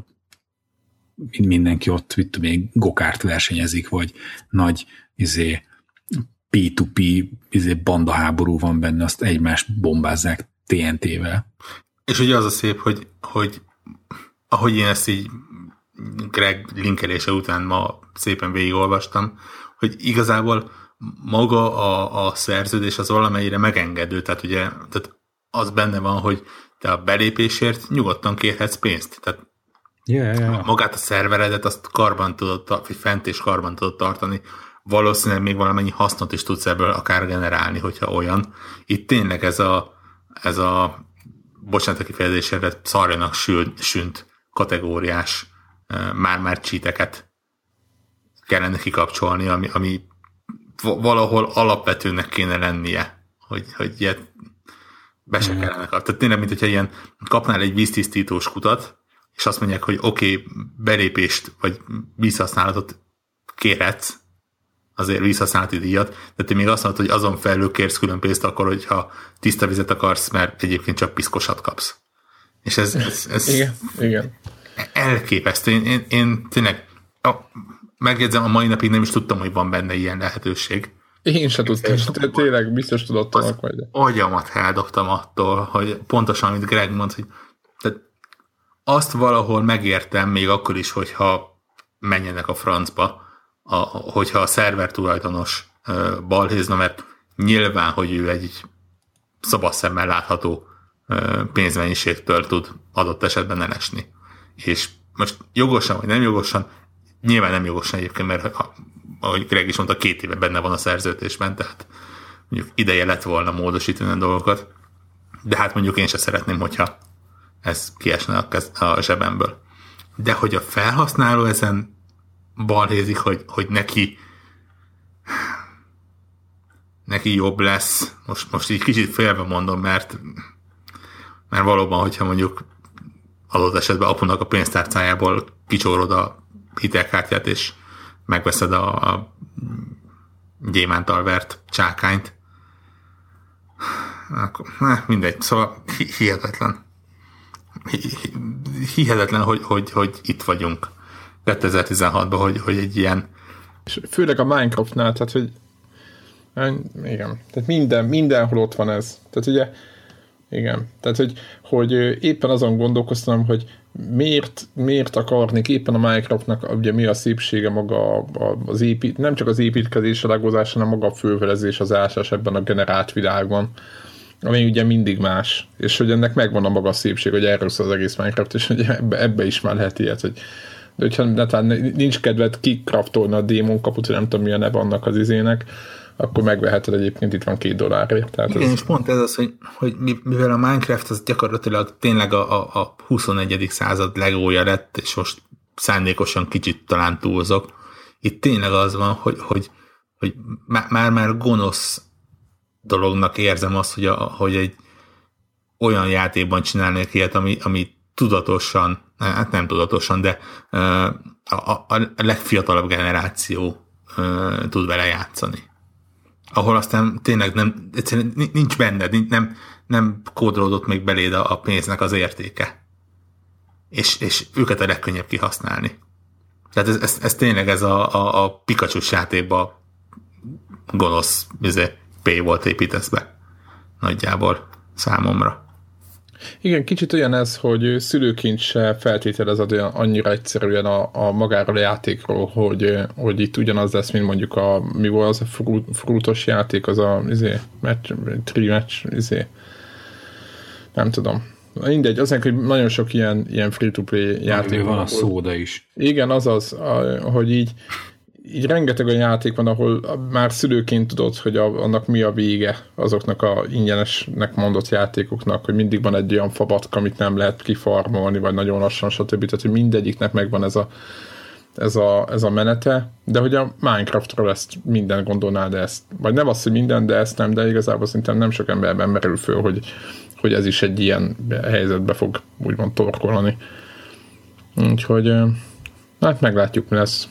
mindenki ott, mit tudom én, gokárt versenyezik, vagy nagy izé, pé kettő pé izé, bandaháború van benne, azt egymást bombázzák té en té-vel. És ugye az a szép, hogy, hogy ahogy én ezt így Greg linkelése után ma szépen végigolvastam, hogy igazából maga a, a szerződés az valamelyire megengedő, tehát ugye tehát az benne van, hogy te a belépésért nyugodtan kérhetsz pénzt, tehát yeah, yeah. magát a szerveredet azt karban tudod, vagy fent és karban tudod tartani, valószínűleg még valamennyi hasznot is tudsz ebből akár generálni, hogyha olyan. Itt tényleg ez a, ez a bocsánat a kifejezésére, szarjanak sült, sünt kategóriás már-már cheateket kellene kikapcsolni, ami, ami valahol alapvetőnek kéne lennie, hogy, hogy ilyet be se kellene kapni. Tehát tényleg, mint hogyha ilyen kapnál egy víztisztítós kutat, és azt mondják, hogy oké, okay, belépést vagy vízhasználatot kérhetsz, azért vízhasználati díjat, de te még azt mondod, hogy azon felül kérsz külön pénzt akkor, hogyha tiszta vizet akarsz, mert egyébként csak piszkosat kapsz. És ez... ez, ez igen, igen. Elképesztő. Én, én, én tényleg a, megjegyzem, a mai napig nem is tudtam, hogy van benne ilyen lehetőség. Én sem tudtam, tényleg biztos tudottam. Agyamat eldobtam attól, hogy pontosan, amit Greg mond, hogy tehát azt valahol megértem még akkor is, hogyha menjenek a francba, a, hogyha a szerver tulajdonos uh, balhézna, mert nyilván, hogy ő egy szabad szemmel látható uh, pénzmennyiségtől tud adott esetben elesni. és most jogosan vagy nem jogosan, nyilván nem jogosan egyébként, mert ha, ahogy Greg is mondta, két éve benne van a szerződésben, tehát mondjuk ideje lett volna módosítani a dolgokat, de hát mondjuk én se szeretném, hogyha ez kiesne a, kez, a zsebemből. De hogy a felhasználó ezen balhézik, hogy, hogy neki neki jobb lesz, most, most így kicsit félve mondom, mert, mert valóban, hogyha mondjuk adott esetben apunak a pénztárcájából kicsórod a hitelkártyát, és megveszed a, a gyémántal vert csákányt, akkor ne, mindegy, szóval hihetetlen. Hihetetlen, hogy, hogy, hogy itt vagyunk kétezer-tizenhatban, hogy, hogy egy ilyen... És főleg a Minecraftnál, tehát, hogy igen, tehát minden, mindenhol ott van ez. Tehát ugye, igen, tehát, hogy, hogy éppen azon gondolkoztam, hogy miért, miért akarnék éppen a Minecraftnak, ugye mi a szépsége maga az épít, nem csak az építkezés, a legozás, hanem maga a fölfelezés, az ásás ebben a generált világban, ami ugye mindig más, és hogy ennek megvan a maga szépség, hogy erről szól az egész Minecraft, és hogy ebbe, ebbe is már lehet ilyet, hogy de hogyha netán nincs kedved kikraftolni a démon kaput, hogy nem tudom mi a neve annak az izének, akkor megveheted egyébként, itt van két dollárért. Tehát igen, ez... és pont ez az, hogy, hogy mivel a Minecraft az gyakorlatilag tényleg a, a, a huszonegyedik század legója lett, és most szándékosan kicsit talán túlzok, itt tényleg az van, hogy, hogy, hogy már-már gonosz dolognak érzem azt, hogy, a, hogy egy olyan játékban csinálnék ilyet, ami, ami tudatosan, hát nem tudatosan, de a, a, a legfiatalabb generáció tud vele játszani. Ahol aztán tényleg nem, egyszerűen nincs benned, nem, nem kódolódott még beléd a pénznek az értéke. És, és őket a legkönnyebb kihasználni. Tehát ez, ez, ez tényleg ez a, a, a Pikachu-s játékban gonosz P volt építesz be. Nagyjából számomra. Igen, kicsit olyan ez, hogy szülőként se feltételezed olyan annyira egyszerűen a, a magáról a játékról, hogy, hogy itt ugyanaz lesz, mint mondjuk a, mi volt az a frut, frutos játék, az a izé, match, three match, izé. Nem tudom. Mindegy, azért, hogy nagyon sok ilyen, ilyen free-to-play játék van. Van a szóda is. Igen, azaz, hogy így így rengeteg olyan játék van, ahol már szülőként tudod, hogy a, annak mi a vége azoknak a ingyenesnek mondott játékoknak, hogy mindig van egy olyan fabatka, amit nem lehet kifarmolni, vagy nagyon lassan, stb. Tehát, hogy mindegyiknek megvan ez a, ez a, ez a menete, de hogy a Minecraftról ezt minden gondolná, de ezt, vagy nem azt, hogy minden, de ezt nem, de igazából szerintem nem sok emberben merül föl, hogy, hogy ez is egy ilyen helyzetbe fog úgymond torkolni. Úgyhogy hát meglátjuk, mi lesz.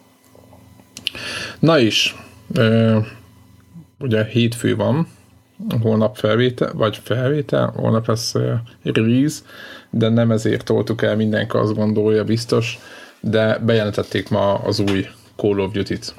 Na is, ö, ugye hétfő van, holnap felvétel, vagy felvétel, holnap lesz uh, release, de nem ezért toltuk el, mindenki azt gondolja biztos, de bejelentették ma az új Call of Duty-t.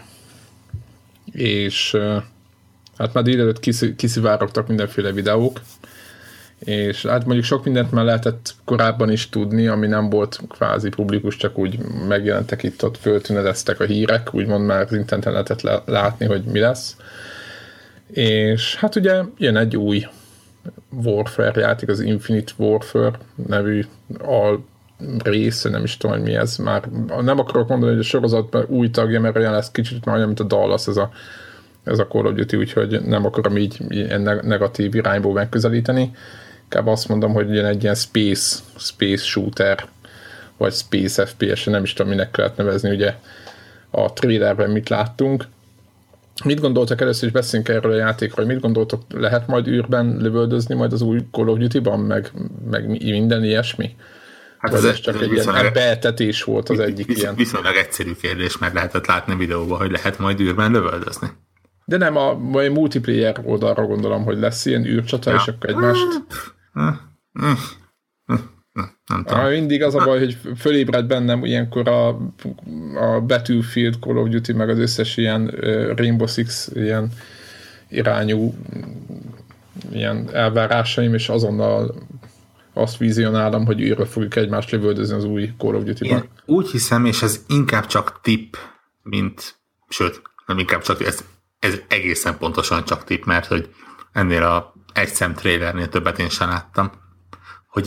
És uh, hát már délelőtt kisz, kiszivárogtak mindenféle videók, és hát mondjuk sok mindent már lehetett korábban is tudni, ami nem volt kvázi publikus, csak úgy megjelentek itt, ott föltűnedeztek a hírek, úgymond már az interneten lehetett látni, hogy mi lesz. És hát ugye jön egy új Warfare játék, az Infinite Warfare nevű al rész, nem is tudom, hogy mi ez. Már nem akarok mondani, hogy a sorozatban új tagja, mert olyan lesz kicsit már olyan, mint a Dallas, ez a, ez a Call of Duty, úgyhogy nem akarom így ilyen negatív irányból megközelíteni. Inkább azt mondom, hogy jön egy ilyen space, space shooter, vagy space ef pé es, nem is tudom, minek kellett nevezni, ugye a trailerben mit láttunk. Mit gondoltak, először is beszéljünk erről a játékról, mit gondoltok, lehet majd űrben lövöldözni majd az új Call of Duty-ban, meg, meg minden ilyesmi? Hát ez, ez csak egy ilyen beetetés volt az egyik visz, ilyen. Viszonylag egyszerű kérdés, mert lehetett látni videóban, hogy lehet majd űrben lövöldözni. De nem, a, a multiplayer oldalra gondolom, hogy lesz ilyen űrcsata, ja. És akkor egymást... Nem tudom. Mindig az a baj, hogy fölébred bennem ilyenkor a, a Battlefield, Call of Duty, meg az összes ilyen uh, Rainbow Six ilyen irányú ilyen elvárásaim, és azonnal azt vizionálom, hogy űrbe fogjuk egymást lövöldözni az új Call of Duty-ban. Én úgy hiszem, és ez inkább csak tipp, mint, sőt, nem inkább csak, ez, ez egészen pontosan csak tipp, mert hogy ennél a egy szem trailernél többet én sem láttam, hogy itt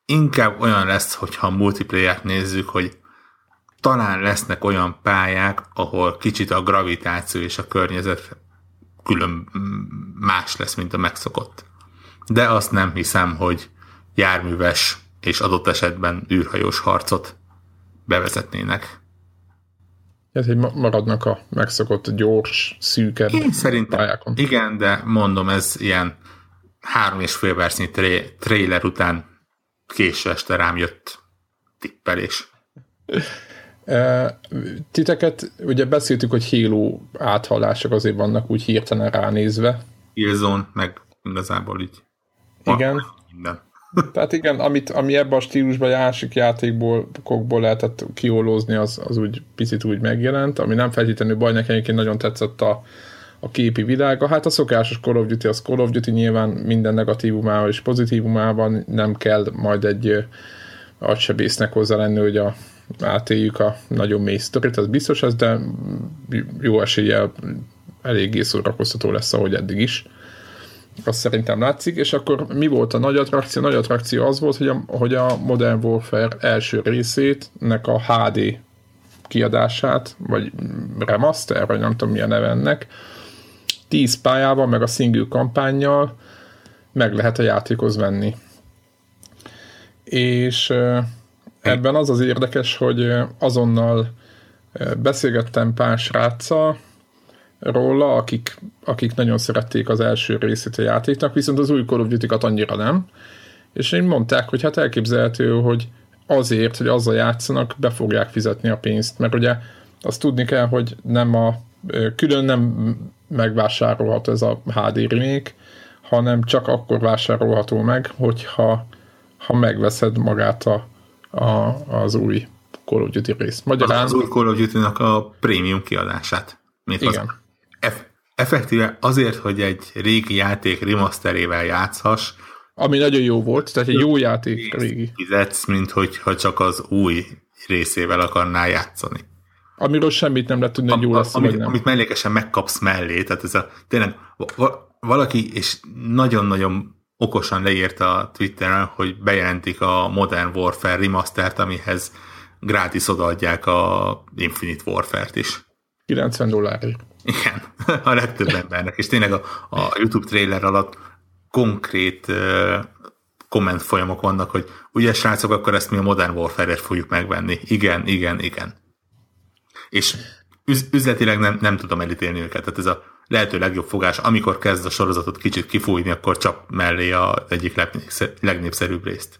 inkább olyan lesz, hogyha a multiplayer-t nézzük, hogy talán lesznek olyan pályák, ahol kicsit a gravitáció és a környezet külön más lesz, mint a megszokott. De azt nem hiszem, hogy járműves és adott esetben űrhajós harcot bevezetnének. Ez, hogy maradnak a megszokott gyors, szűkebb Én szerintem pályákon. Igen, de mondom, ez ilyen három és fél percnyi tré- trailer után késő este rám jött tippelés. E, titeket, ugye beszéltük, hogy Halo áthallások azért vannak úgy hirtelen ránézve. Killzone, meg igazából így. Igen. Minden. Tehát igen, amit, ami ebben a stílusban másik játékból kokból lehetett kiolózni, az, az úgy picit úgy megjelent, ami nem feltétlenül baj, nekem egyébként nagyon tetszett a, a képi világa. Hát a szokásos Call of Duty, az Call of Duty nyilván minden negatívumával és pozitívumában nem kell majd egy agysebésznek hozzá lenni, hogy a, átéljük a nagyon mély sztorit, ez biztos ez, de jó eséllyel eléggé szórakoztató lesz, ahogy eddig is. Azt szerintem látszik, és akkor mi volt a nagy attrakció? A nagy attrakció az volt, hogy a, hogy a Modern Warfare első részétnek a há dé kiadását, vagy remaster, vagy nem tudom mi a neve ennek, tíz pályával, meg a single kampánnyal meg lehet a játékhoz venni. És ebben az az érdekes, hogy azonnal beszélgettem pár sráccal róla, akik, akik nagyon szerették az első részét a játéknak, viszont az új Call of Duty-kat annyira nem. És én mondták, hogy hát elképzelhető, hogy azért, hogy azzal játszanak, be fogják fizetni a pénzt, mert ugye azt tudni kell, hogy nem a külön nem megvásárolható ez a há dé remake, hanem csak akkor vásárolható meg, hogyha ha megveszed magát a, a, az új Call of Duty részt. Magyarán... Az, az új Call of Duty-nak a prémium kiadását. Még igen. Az eff- effektíve azért, hogy egy régi játék remasterével játszhass, ami nagyon jó volt, tehát egy jó játék régi. Fizetsz, mint hogyha csak az új részével akarnál játszani. Amiről semmit nem lehet tudni, hogy jó lesz, amit, vagy nem. Amit mellékesen megkapsz mellé, tehát ez a tényleg valaki, és nagyon-nagyon okosan leírta a Twitteren, hogy bejelentik a Modern Warfare remastert, amihez gratis odaadják a Infinite Warfare-t is. kilencven dollárért. Igen, a legtöbb embernek, és tényleg a, a YouTube trailer alatt konkrét uh, komment folyamok vannak, hogy ugye srácok, akkor ezt mi a Modern Warfare-ért fogjuk megvenni. Igen, igen, igen. És üz- üzletileg nem, nem tudom elítélni őket, tehát ez a lehető legjobb fogás, amikor kezd a sorozatot kicsit kifújni, akkor csap mellé az egyik legnépszerűbb részt.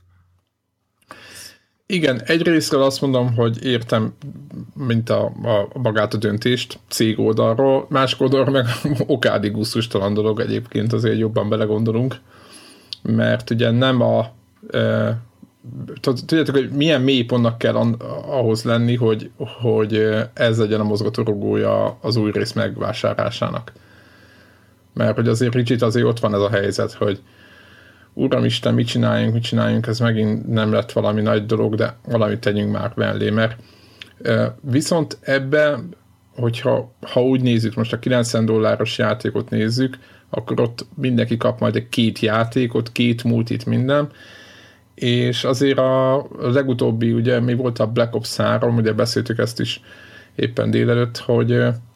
Igen, egyrésztről azt mondom, hogy értem, mint a, a magát a döntést cég oldalról, másik oldalról meg okádi gusztustalan dolog egyébként, azért jobban belegondolunk, mert ugye nem a e, tudjátok, hogy milyen mélypontnak kell ahhoz lenni, hogy, hogy ez legyen a mozgatórugója az új rész megvásárlásának. Mert hogy azért kicsit azért ott van ez a helyzet, hogy Uramisten, mit csináljunk, mit csináljunk, ez megint nem lett valami nagy dolog, de valamit tegyünk már mellé, mert viszont ebben, hogyha ha úgy nézzük, most a kilencven dolláros játékot nézzük, akkor ott mindenki kap majd egy két játékot, két multit, minden, és azért a legutóbbi, ugye mi volt a Black Ops három, ugye beszéltük ezt is éppen délelőtt, hogy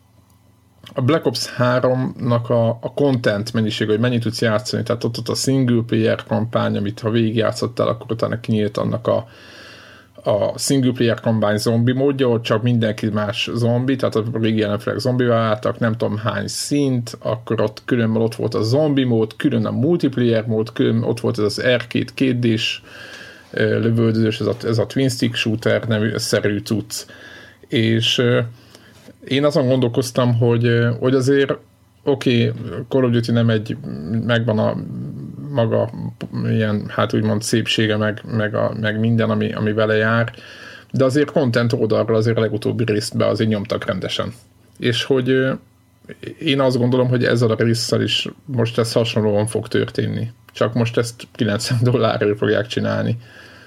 a Black Ops háromnak a, a content mennyiség, hogy mennyit tudsz játszani, tehát ott, ott a single player kampány, amit ha végigjátszottál, akkor utána kinyílt annak a, a single player kampány zombi módja, hogy csak mindenki más zombi, tehát a régi jelenleg zombivá váltak, nem tudom hány szint, akkor ott különben ott volt a zombi mód, külön a multiplayer mód, külön ott volt ez az er két kétdés lövöldözős, ez a, ez a twin stick shooter nevű szerű cucc. És én azon gondolkoztam, hogy, hogy azért oké, okay, Call of Duty nem egy, megvan a maga ilyen, hát úgymond szépsége, meg, meg, a, meg minden, ami, ami vele jár, de azért content oldalról azért a legutóbbi részt be azért nyomtak rendesen. És hogy én azt gondolom, hogy ezzel a résszel is most ez hasonlóan fog történni. Csak most ezt kilencven dollárért fogják csinálni.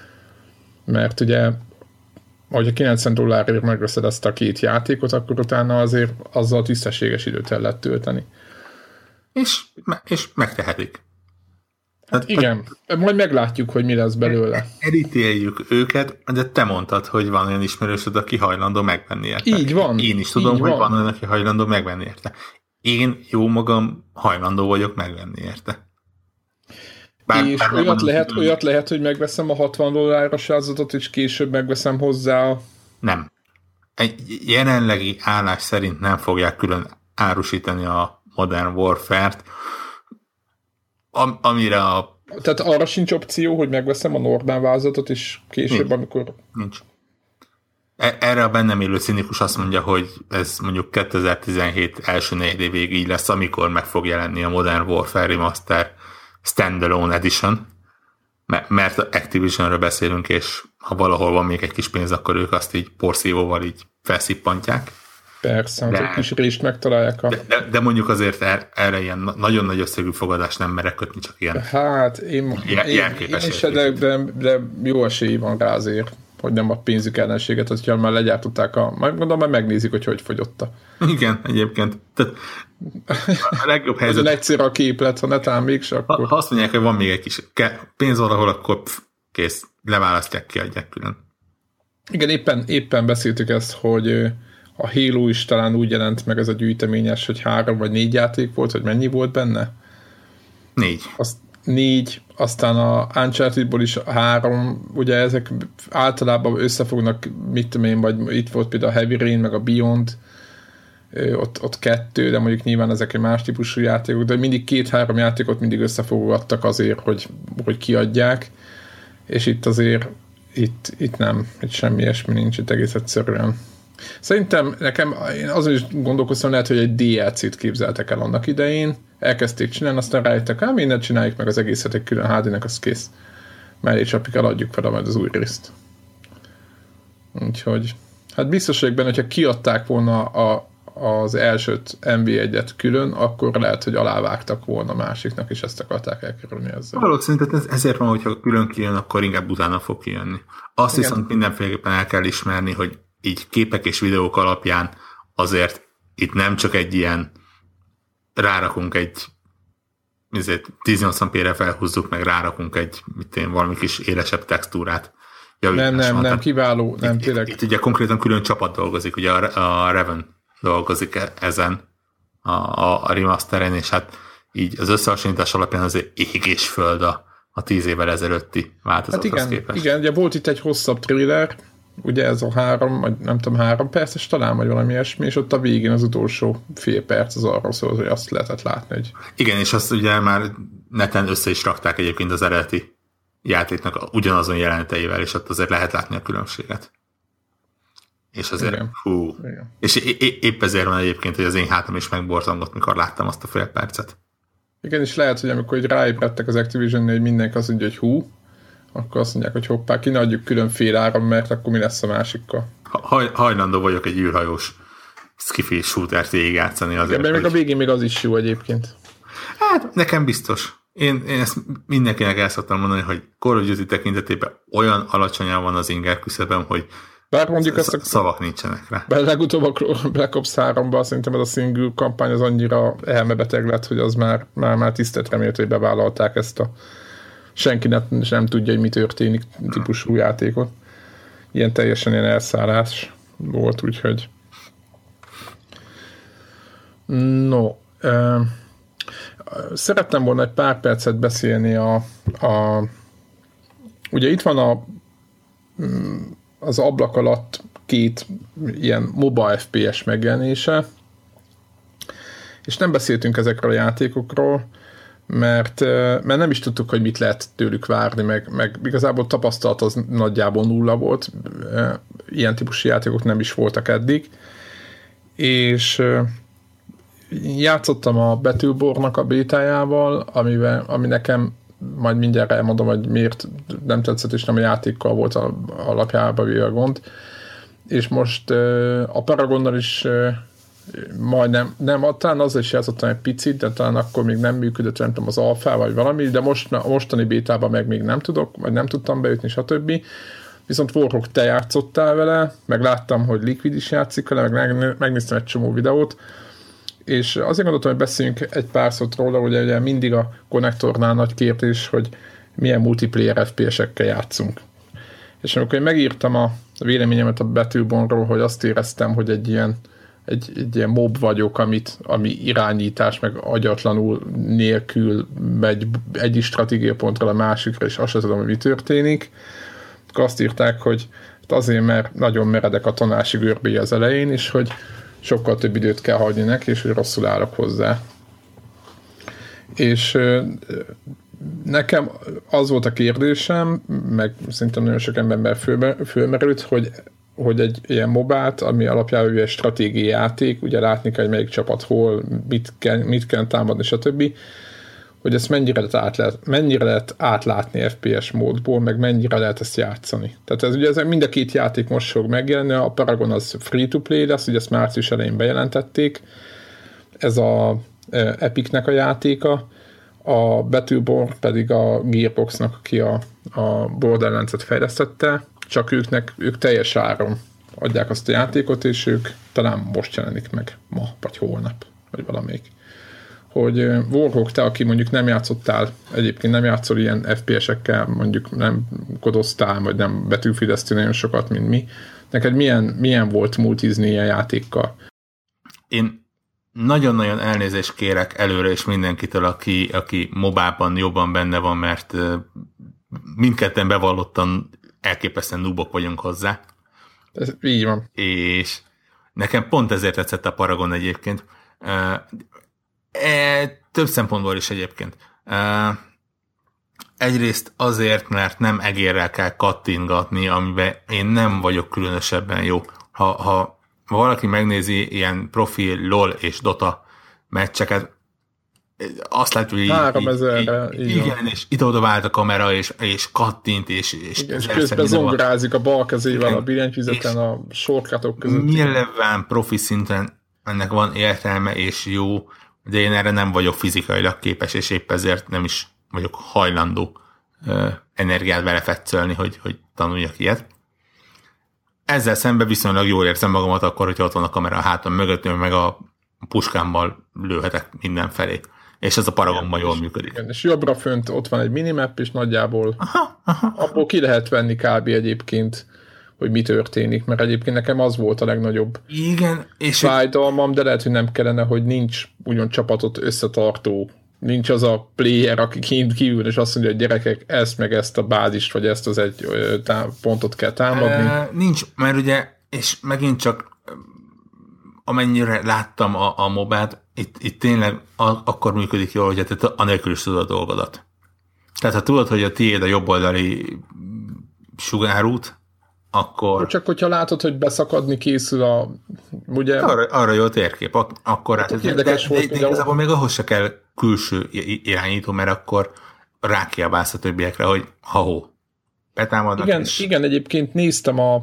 Mert ugye hogyha kilencven dollárért megveszed ezt a két játékot, akkor utána azért azzal tisztességes időt el lehet tölteni. És, és megtehetik. Hát igen, majd meglátjuk, hogy mi lesz belőle. Elítéljük őket, de te mondtad, hogy van olyan ismerősöd, aki hajlandó megvenni érte. Így van. Én is tudom, hogy van. van olyan, aki hajlandó megvenni érte. Én jó magam hajlandó vagyok megvenni érte. Bár, és bár olyat, lehet, olyat lehet, hogy megveszem a hatvan dolláros ázatot, és később megveszem hozzá a... Nem. Egy jelenlegi állás szerint nem fogják külön árusítani a Modern Warfare-t, am- amire a... Tehát arra sincs opció, hogy megveszem a normál vázatot, és később, nincs. amikor... Nincs. Erre a bennem élő cinikus azt mondja, hogy ez mondjuk kétezer-tizenhét első negyedévéig így lesz, amikor meg fog jelenni a Modern Warfare Remaster Standalone Edition, mert Activisionről beszélünk, és ha valahol van még egy kis pénz, akkor ők azt így porszívóval így felszippantják. Persze, de, egy kis rést megtalálják. A... De, de, de mondjuk azért er, erre ilyen nagyon nagy összegű fogadást nem merek kötni, csak ilyen Hát én, ilyen, én, ilyen én is, de, de, de jó esély van rá azért, hogy nem a pénzük ellenséget, hogyha már legyártották a... Majd gondolom, majd megnézik, hogy hogy fogyotta. Igen, egyébként. Tehát a legjobb helyzet... Ez egyszerű a képlet, ha netán mégse, akkor... Ha azt mondják, hogy van még egy kis pénz valahol, akkor pff, kész, leválasztják, kiadják külön. Igen, éppen, éppen beszéltük ezt, hogy a Halo is talán úgy jelent meg ez a gyűjteményes, hogy három vagy négy játék volt, hogy mennyi volt benne? Négy. Azt négy, aztán a Uncharted-ból is három, ugye ezek általában összefognak, mit tudom én, vagy itt volt például a Heavy Rain, meg a Beyond, ott, ott kettő, de mondjuk nyilván ezek egy más típusú játékok, de mindig két-három játékot mindig összefogattak azért, hogy, hogy kiadják, és itt azért itt, itt nem, itt semmi ilyesmi nincs, itt egész egyszerűen. Szerintem nekem, én azon is gondolkoztam, lehet, hogy egy dé el cét képzeltek el annak idején, elkezdték csinálni, aztán rájöttek, ám mindent csináljuk meg az egészet egy külön há dé-nek, az kész. Mellé csapjuk el, adjuk fel majd az új részt. Úgyhogy, hát biztos vagyok benne, hogyha kiadták volna a, az elsőt em vé egyet külön, akkor lehet, hogy alávágtak volna a másiknak, és ezt akarták elkerülni ezzel. Valószínűleg ezért van, hogyha külön kijön, akkor inkább utána fog kijönni. Azt Igen. viszont mindenféleképpen el kell ismerni, hogy így képek és videók alapján azért itt nem csak egy ilyen rárakunk egy tíz nyolcvan pére felhúzzuk, meg rárakunk egy mit én, valami kis élesebb textúrát. Nem, nem, nem, kiváló, nem, itt, tényleg. Itt, itt ugye konkrétan külön csapat dolgozik, ugye a, a Raven dolgozik ezen a, a, a remasteren, és hát így az összehasonlítás alapján azért ég és föld a, a tíz évvel ezelőtti változathoz hát igen, képest. Igen, ugye volt itt egy hosszabb trailer, ugye ez a három, vagy nem tudom, három perces talán, vagy valami ilyesmi, és ott a végén az utolsó fél perc az arról szól, hogy azt lehetett látni, hogy... Igen, és azt ugye már neten össze is rakták egyébként az eredeti játéknak ugyanazon jeleneteivel, és ott azért lehet látni a különbséget. És azért, Igen. hú. Igen. És é- épp ezért van egyébként, hogy az én hátam is megborzongott, mikor láttam azt a fél percet. Igen, és lehet, hogy amikor ráébredtek az Activision-nél, hogy mindenki azt mondja, hogy hú, akkor azt mondják, hogy hoppá, ki ne adjuk külön fél áram, mert akkor mi lesz a másikkal. Haj, hajlandó vagyok egy űrhajós skifi shootert végigjátszani azért. Igen, még a végén még az is jó egyébként. Hát, nekem biztos. Én, én ezt mindenkinek el szoktam mondani, hogy Call of Duty tekintetében olyan alacsonyan van az inger küszöbem, hogy bár mondjuk sz- ezt a... szavak nincsenek rá. Bár legutóbb a Black Ops háromban szerintem ez a single kampány az annyira elmebeteg lett, hogy az már, már, már tisztelt remélt, hogy bevállalták ezt a senki nem, nem tudja, hogy mi történik típusú játékot. Ilyen teljesen ilyen elszállás volt, úgyhogy no, uh, szerettem volna egy pár percet beszélni a, a ugye itt van a az ablak alatt két ilyen mobile ef pé es megjelenése, és nem beszéltünk ezekről a játékokról, mert, mert nem is tudtuk, hogy mit lehet tőlük várni, meg, meg igazából tapasztalat az nagyjából nulla volt, ilyen típusú játékok nem is voltak eddig, és játszottam a Battleborn-nak a bétájával, amivel, ami nekem majd mindjárt elmondom, hogy miért nem tetszett, és nem a játékkal volt a, alapjában véve a gond. És most a Paragonnal is majdnem, nem, talán azzal is játszottam egy picit, de talán akkor még nem működött, nem tudom, az alfá vagy valami, de most a mostani bétában meg még nem tudok, vagy nem tudtam beütni, stb. Viszont Warhawk, te játszottál vele, meg láttam, hogy Liquid is játszik vele, meg megnéztem egy csomó videót, és azért gondoltam, hogy beszéljünk egy pár szót róla, ugye, ugye mindig a konnektornál nagy kérdés, hogy milyen multiplayer ef pé es-ekkel játszunk. És amikor én megírtam a véleményemet a Battlebornról, hogy azt éreztem, hogy egy ilyen, egy, egy ilyen mob vagyok, amit, ami irányítás, meg agyatlanul nélkül megy egyik stratégiapontról a másikra, és azt sem tudom, hogy mi történik, akkor azt írták, hogy azért, mert nagyon meredek a tanási görbély az elején, és hogy sokkal több időt kell hagyni neki, és hogy rosszul állok hozzá. És nekem az volt a kérdésem, meg szerintem nagyon sok emberben fölmerült, hogy, hogy egy ilyen mobát, ami alapján egy stratégiai játék, ugye látni kell, hogy melyik csapat hol, mit kell, mit kell támadni, stb., hogy ezt mennyire lehet, átlát, mennyire lehet átlátni ef pé es módból, meg mennyire lehet ezt játszani. Tehát ez ugye ez mind a két játék most fog megjelenni, a Paragon az free-to-play lesz, ugye ezt március elején bejelentették, ez a Epicnek a játéka, a Battleborn pedig a Gearboxnak, aki a, a Borderlands-et fejlesztette, csak őknek, ők teljes áron adják azt a játékot, és ők talán most jelenik meg ma, vagy holnap, vagy valamelyik. Hogy Warhawk, te, aki mondjuk nem játszottál, egyébként nem játszol ilyen ef pé es-ekkel, mondjuk nem kodoztál, vagy nem betűfideztél nagyon sokat, mint mi. Neked milyen, milyen volt multizni ilyen játékkal? Én nagyon-nagyon elnézést kérek előre és mindenkitől, aki, aki mobában jobban benne van, mert mindketten bevallottan elképesztően núbok vagyunk hozzá. Ez így van. És nekem pont ezért tetszett a Paragon egyébként. E, több szempontból is egyébként. E, egyrészt azért, mert nem egérrel kell kattingatni, amiben én nem vagyok különösebben jó. Ha, ha valaki megnézi ilyen profi LOL és Dota meccseket, azt látja, hogy három ezerre, igen, és ide-oda vált a kamera, és, és kattint, és, és, igen, és közben zongorázik a bal kezével a billentyűzeten a sorkátok között. Nyilván profi szinten ennek van értelme és jó, de én erre nem vagyok fizikailag képes, és épp ezért nem is vagyok hajlandó ö, energiát vele fetszölni, hogy, hogy tanuljak ilyet. Ezzel szemben viszonylag jól érzem magamat akkor, hogyha ott van a kamera a hátam mögött, meg a puskámmal lőhetek mindenfelé. És ez a Paragonban jól működik. Igen, és jobbra fönt ott van egy minimap, és nagyjából aha, aha. abból ki lehet venni kb. Egyébként, hogy mi történik, mert egyébként nekem az volt a legnagyobb igen, és fájdalmam, de lehet, hogy nem kellene, hogy nincs ugyan csapatot összetartó, nincs az a player, aki kint kívül, és azt mondja, hogy gyerekek, ezt meg ezt a bázist, vagy ezt az egy tá- pontot kell támadni. E, nincs, mert ugye, és megint csak amennyire láttam a, a mobát, itt, itt tényleg a, akkor működik jól, hogy te anélkül is tudod a dolgodat. Tehát ha tudod, hogy a tiéd a jobboldali sugárút, akkor... Csak hogyha látod, hogy beszakadni készül a... Ugye... Arra, arra jó térkép, ak- akkor... Hát, hát, de, de, de, de igazából még ahhoz se kell külső irányító, mert akkor rákiabálsz a többiekre, hogy ha-hó, betámadnak. Igen, és... igen, egyébként néztem a...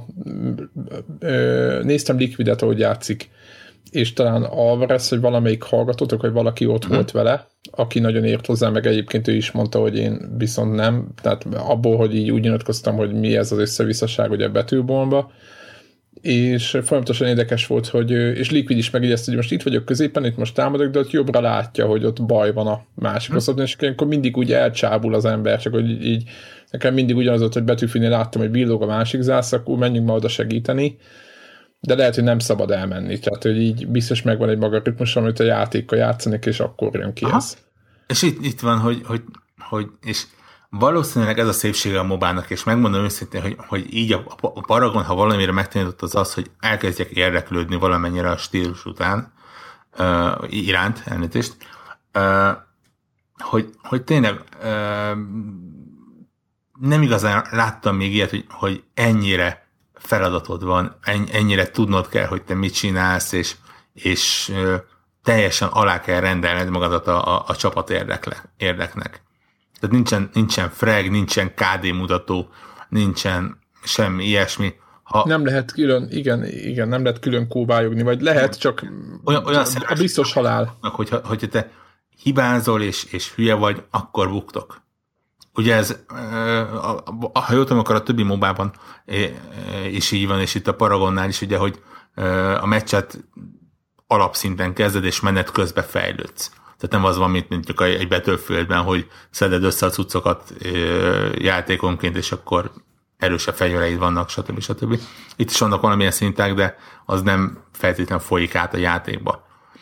Ö, néztem Liquidet, ahogy játszik, és talán Alvarez, hogy valamelyik hallgatótok, hogy valaki ott hmm. volt vele, aki nagyon ért hozzá, meg egyébként ő is mondta, hogy én viszont nem, tehát abból, hogy így úgy nyilatkoztam, hogy mi ez az összevisszaság ugye a Battlebornba, és folyamatosan érdekes volt, hogy, és Liquid is megígyezte, hogy most itt vagyok középen, itt most támadok, de ott jobbra látja, hogy ott baj van a másik hmm. oszlopon, és akkor mindig úgy elcsábul az ember, csak hogy így, nekem mindig ugyanaz volt, hogy Battlefield-nél láttam, hogy villog a másik zász, akkor menjünk ma oda segíteni, de lehet, hogy nem szabad elmenni, tehát hogy így biztos megvan egy maga ritmus, amit a játékkal játszanik, és akkor jön ki aha. ez. És itt, itt van, hogy, hogy, hogy és valószínűleg ez a szépsége a mobának, és megmondom őszintén, hogy, hogy így a, a Paragon, ha valamire megtanított, az az, hogy elkezdjek érdeklődni valamennyire a stílus után, uh, iránt, elnézést, uh, hogy, hogy tényleg uh, nem igazán láttam még ilyet, hogy, hogy ennyire feladatod van, ennyire tudnod kell, hogy te mit csinálsz, és, és uh, teljesen alá kell rendelned magadat a, a, a csapat érdekle, érdeknek. Tehát nincsen, nincsen frag, nincsen ká dé mutató, nincsen semmi ilyesmi. Ha nem lehet külön, igen, igen, nem lehet külön kóvályogni, vagy lehet, csak olyan, olyan a biztos halál. Hogyha, hogyha te hibázol és, és hülye vagy, akkor buktok. Ugye ez, ha jól tudom, akkor a többi mobában is így van, és itt a Paragonnál is, ugye, hogy a meccset alapszinten kezded, és menet közben fejlődsz. Tehát nem az van, mint mondjuk egy Battlefieldben, hogy szeded össze a cuccokat játékonként, és akkor erősebb fegyvereid vannak, stb. stb. Itt is vannak valamilyen szintek, de az nem feltétlenül folyik át a játékba.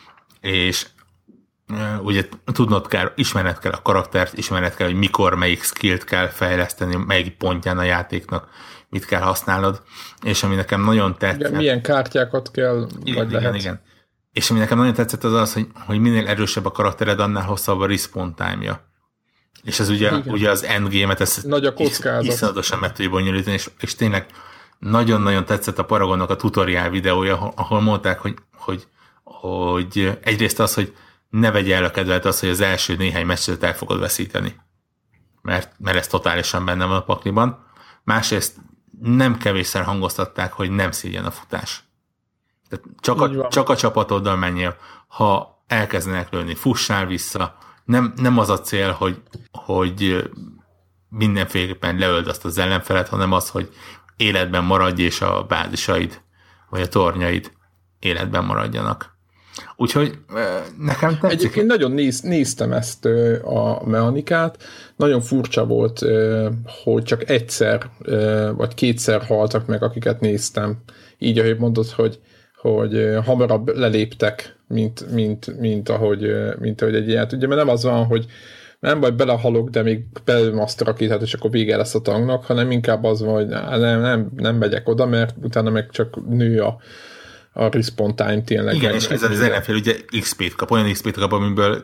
És ugye tudnod kell, ismerned kell a karaktert, ismerned kell, hogy mikor, melyik skillt kell fejleszteni, melyik pontján a játéknak mit kell használnod, és ami nekem nagyon tetszett... Igen, milyen kártyákat kell, igen, vagy lehet. Igen, igen. És ami nekem nagyon tetszett az az, hogy, hogy minél erősebb a karaktered, annál hosszabb a respawn time-ja. És ez ugye, ugye az endgame-et, ez nagy a kockázat. iszonyatosan meg tudja bonyolítani, és, és tényleg nagyon-nagyon tetszett a Paragonnak a tutoriál videója, ahol mondták, hogy, hogy, hogy egyrészt az, hogy ne vegye el a kedvet az, hogy az első néhány meccset el fogod veszíteni. Mert, mert ez totálisan benne van a pakliban. Másrészt nem kevésszer hangoztatták, hogy nem szégyen a futás. Tehát csak, a, csak a csapatoddal menjél. Ha elkezdenek lőni, fussál vissza. Nem, nem az a cél, hogy, hogy mindenféleképpen leöld azt az ellenfelet, hanem az, hogy életben maradj, és a bázisaid, vagy a tornyaid életben maradjanak. Úgyhogy nekem tetszik. Egyébként nagyon néz, néztem ezt a mechanikát, nagyon furcsa volt, hogy csak egyszer vagy kétszer haltak meg, akiket néztem. Így, ahogy mondod, hogy, hogy hamarabb leléptek, mint, mint, mint, ahogy, mint ahogy egy ilyet. Ugye, mert nem az van, hogy nem baj, belehalok, de még belőlem azt a rakétát, és akkor vége lesz a tanknak, hanem inkább az van, hogy nem, nem, nem megyek oda, mert utána meg csak nő a a respawn time tényleg. Igen, és ez az ellenfél ugye iksz pét kap, olyan iksz pét kap, amiből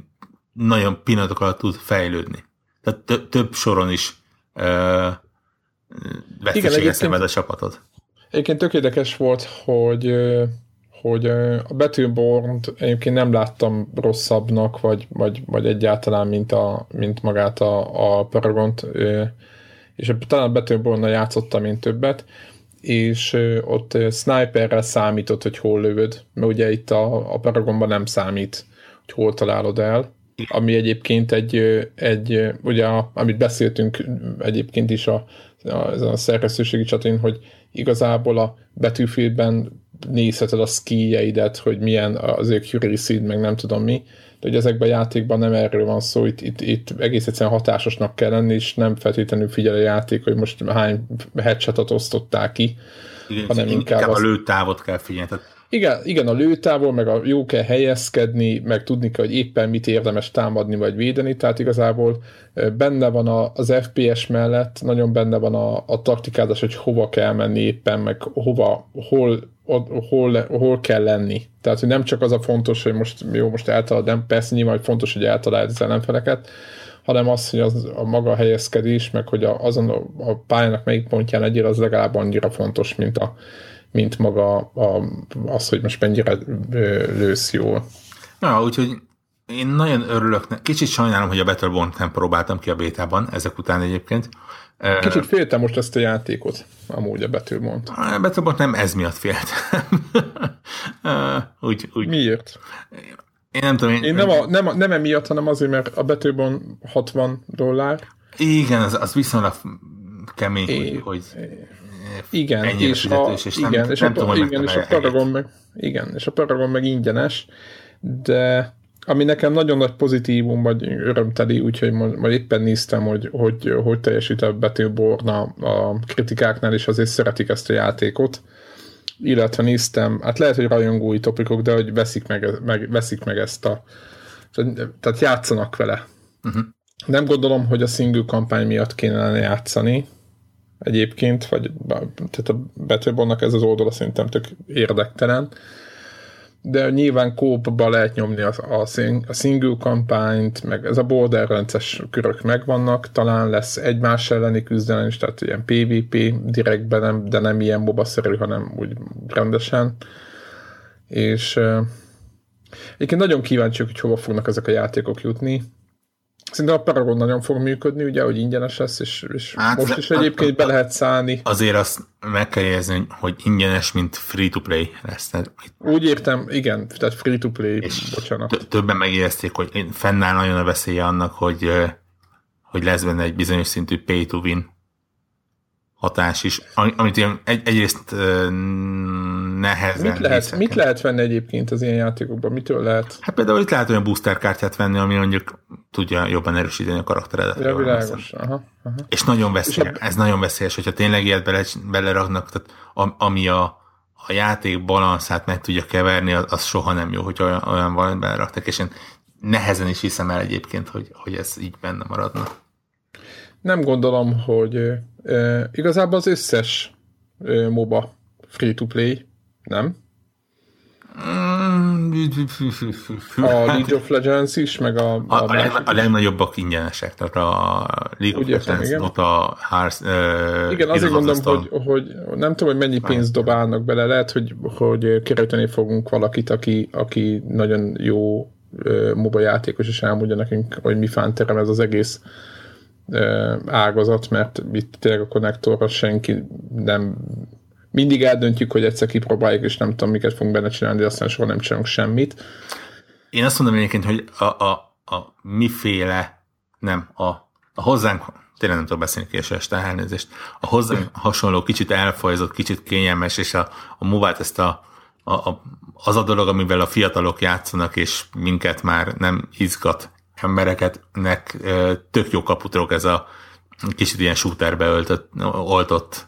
nagyon pillanatok alatt tud fejlődni. Tehát több soron is uh, veszteséget szenved a csapatod. Egyébként tök érdekes volt, hogy, hogy a Battleborn-t egyébként nem láttam rosszabbnak, vagy, vagy, vagy egyáltalán, mint, a, mint magát a, a Paragont, és talán a Battleborn-nal játszottam én többet, és ott sniperrel számított, hogy hol lövöd, mert ugye itt a, a Paragonban nem számít, hogy hol találod el, ami egyébként egy, egy ugye, amit beszéltünk egyébként is a, a, a szerkesztőségi csatén, hogy igazából a Battlefieldben nézheted a skilljeidet, hogy milyen az accuracy-d, meg nem tudom mi, de hogy ezekben a játékban nem erről van szó, itt, itt, itt egész egyszerűen hatásosnak kell lenni, és nem feltétlenül figyel a játék, hogy most hány headshotot osztották ki, igen, hanem inkább, inkább az... a lőtávot kell figyelni. Tehát... Igen, igen, a lőtávol, meg a jó kell helyezkedni, meg tudni kell, hogy éppen mit érdemes támadni vagy védeni, tehát igazából benne van a, az ef pé es mellett, nagyon benne van a, a taktikázás, hogy hova kell menni éppen, meg hova, hol, hol, hol kell lenni. Tehát, hogy nem csak az a fontos, hogy most jó, most eltalálod, nem persze nyilván, hogy fontos, hogy eltaláld az ellenfeleket, hanem az, hogy az, a maga helyezkedés, meg hogy a, azon a, a pályának melyik pontján egyél, az legalább annyira fontos, mint a mint maga a, az, hogy most mennyire lősz jól. Na, úgyhogy én nagyon örülök, kicsit sajnálom, hogy a Battleborn-t nem próbáltam ki a bétában, ezek után egyébként. Kicsit féltem most ezt a játékot, amúgy a Battleborn-t. A Battleborn nem ez miatt féltem. úgy, úgy. Miért? Én nem tudom. Én, én nem, a, nem, a, nem emiatt, hanem azért, mert a Battleborn hatvan dollár. Igen, az, az viszonylag kemény, é, hogy... hogy igen, és a, és igen, nem, és nem a, tudom, igen, és a Paragon meg, igen, és a Paragon meg ingyenes, de ami nekem nagyon nagy pozitívum, vagy örömteli, úgyhogy majd éppen néztem, hogy hogy, hogy teljesít a Battleborn a, a kritikáknál, és azért szeretik ezt a játékot, illetve néztem, hát lehet, hogy rajongói topikok, de hogy veszik meg, meg, veszik meg ezt a, tehát játszanak vele. Uh-huh. Nem gondolom, hogy a single kampány miatt kéne játszani, egyébként, vagy tehát a Battlebornnak ez az oldala szerintem tök érdektelen, de nyilván kópba lehet nyomni a, a, a single kampányt, meg ez a Borderlands-es körök megvannak, talán lesz egymás elleni küzdelem is, tehát ilyen pé vé pé direktben, nem, de nem ilyen mobaszerű, hanem úgy rendesen. És uh, egyébként nagyon kíváncsiak, hogy hova fognak ezek a játékok jutni. Szerintem a Paragon nagyon fog működni, ugye, hogy ingyenes lesz, és, és hát most is egyébként be lehet szállni. Azért azt meg kell jegyezni, hogy ingyenes, mint free-to-play lesz. Úgy értem, igen, tehát free-to-play, és bocsánat. Többen megjegyezték, hogy fennáll nagyon a veszélye annak, hogy, hogy lesz benne egy bizonyos szintű pay-to-win hatás is, amit egy, egyrészt nehezen Mit lehet, hiszek. mit lehet venni egyébként az ilyen játékokban? Mitől lehet? Hát például itt lehet olyan booster kártyát venni, ami mondjuk tudja jobban erősíteni a karakteredet. Ja, világos. Aha, aha. És nagyon veszélyes, ez nagyon veszélyes, hogyha tényleg ilyet bele, beleraknak, tehát ami a, a játék balanszát meg tudja keverni, az, az soha nem jó, hogy olyan, olyan valamit beleraktak, és én nehezen is hiszem el egyébként, hogy, hogy ez így benne maradna. Nem gondolom, hogy e, igazából az összes e, MOBA free-to-play, nem? A League of Legends is, meg a... A, a, a, leg, a legnagyobbak ingyenesek, tehát a League of Legends, Dota, Hearthstone... Igen, azért mondom, hogy, hogy nem tudom, hogy mennyi pénzt dobálnak bele, lehet, hogy, hogy kerülteni fogunk valakit, aki, aki nagyon jó uh, MOBA játékos, és elmondja nekünk, hogy mi fánterem ez az egész uh, ágazat, mert itt tényleg a konnektorra senki nem... Mindig eldöntjük, hogy egyszer kipróbáljuk, és nem tudom, miket fogunk benne csinálni, de aztán soha nem csinálunk semmit. Én azt mondom egyébként, hogy a, a, a miféle, nem, a, a hozzánk, tényleg nem tudok beszélni késő este, elnézést, a hozzánk hasonló, kicsit elfajzott, kicsit kényelmes, és a, a mobát ezt a, a, a, az a dolog, amivel a fiatalok játszanak, és minket már nem izgat embereketnek, tök jó kaputrok ez a kicsit ilyen shooterbe öltött, oltott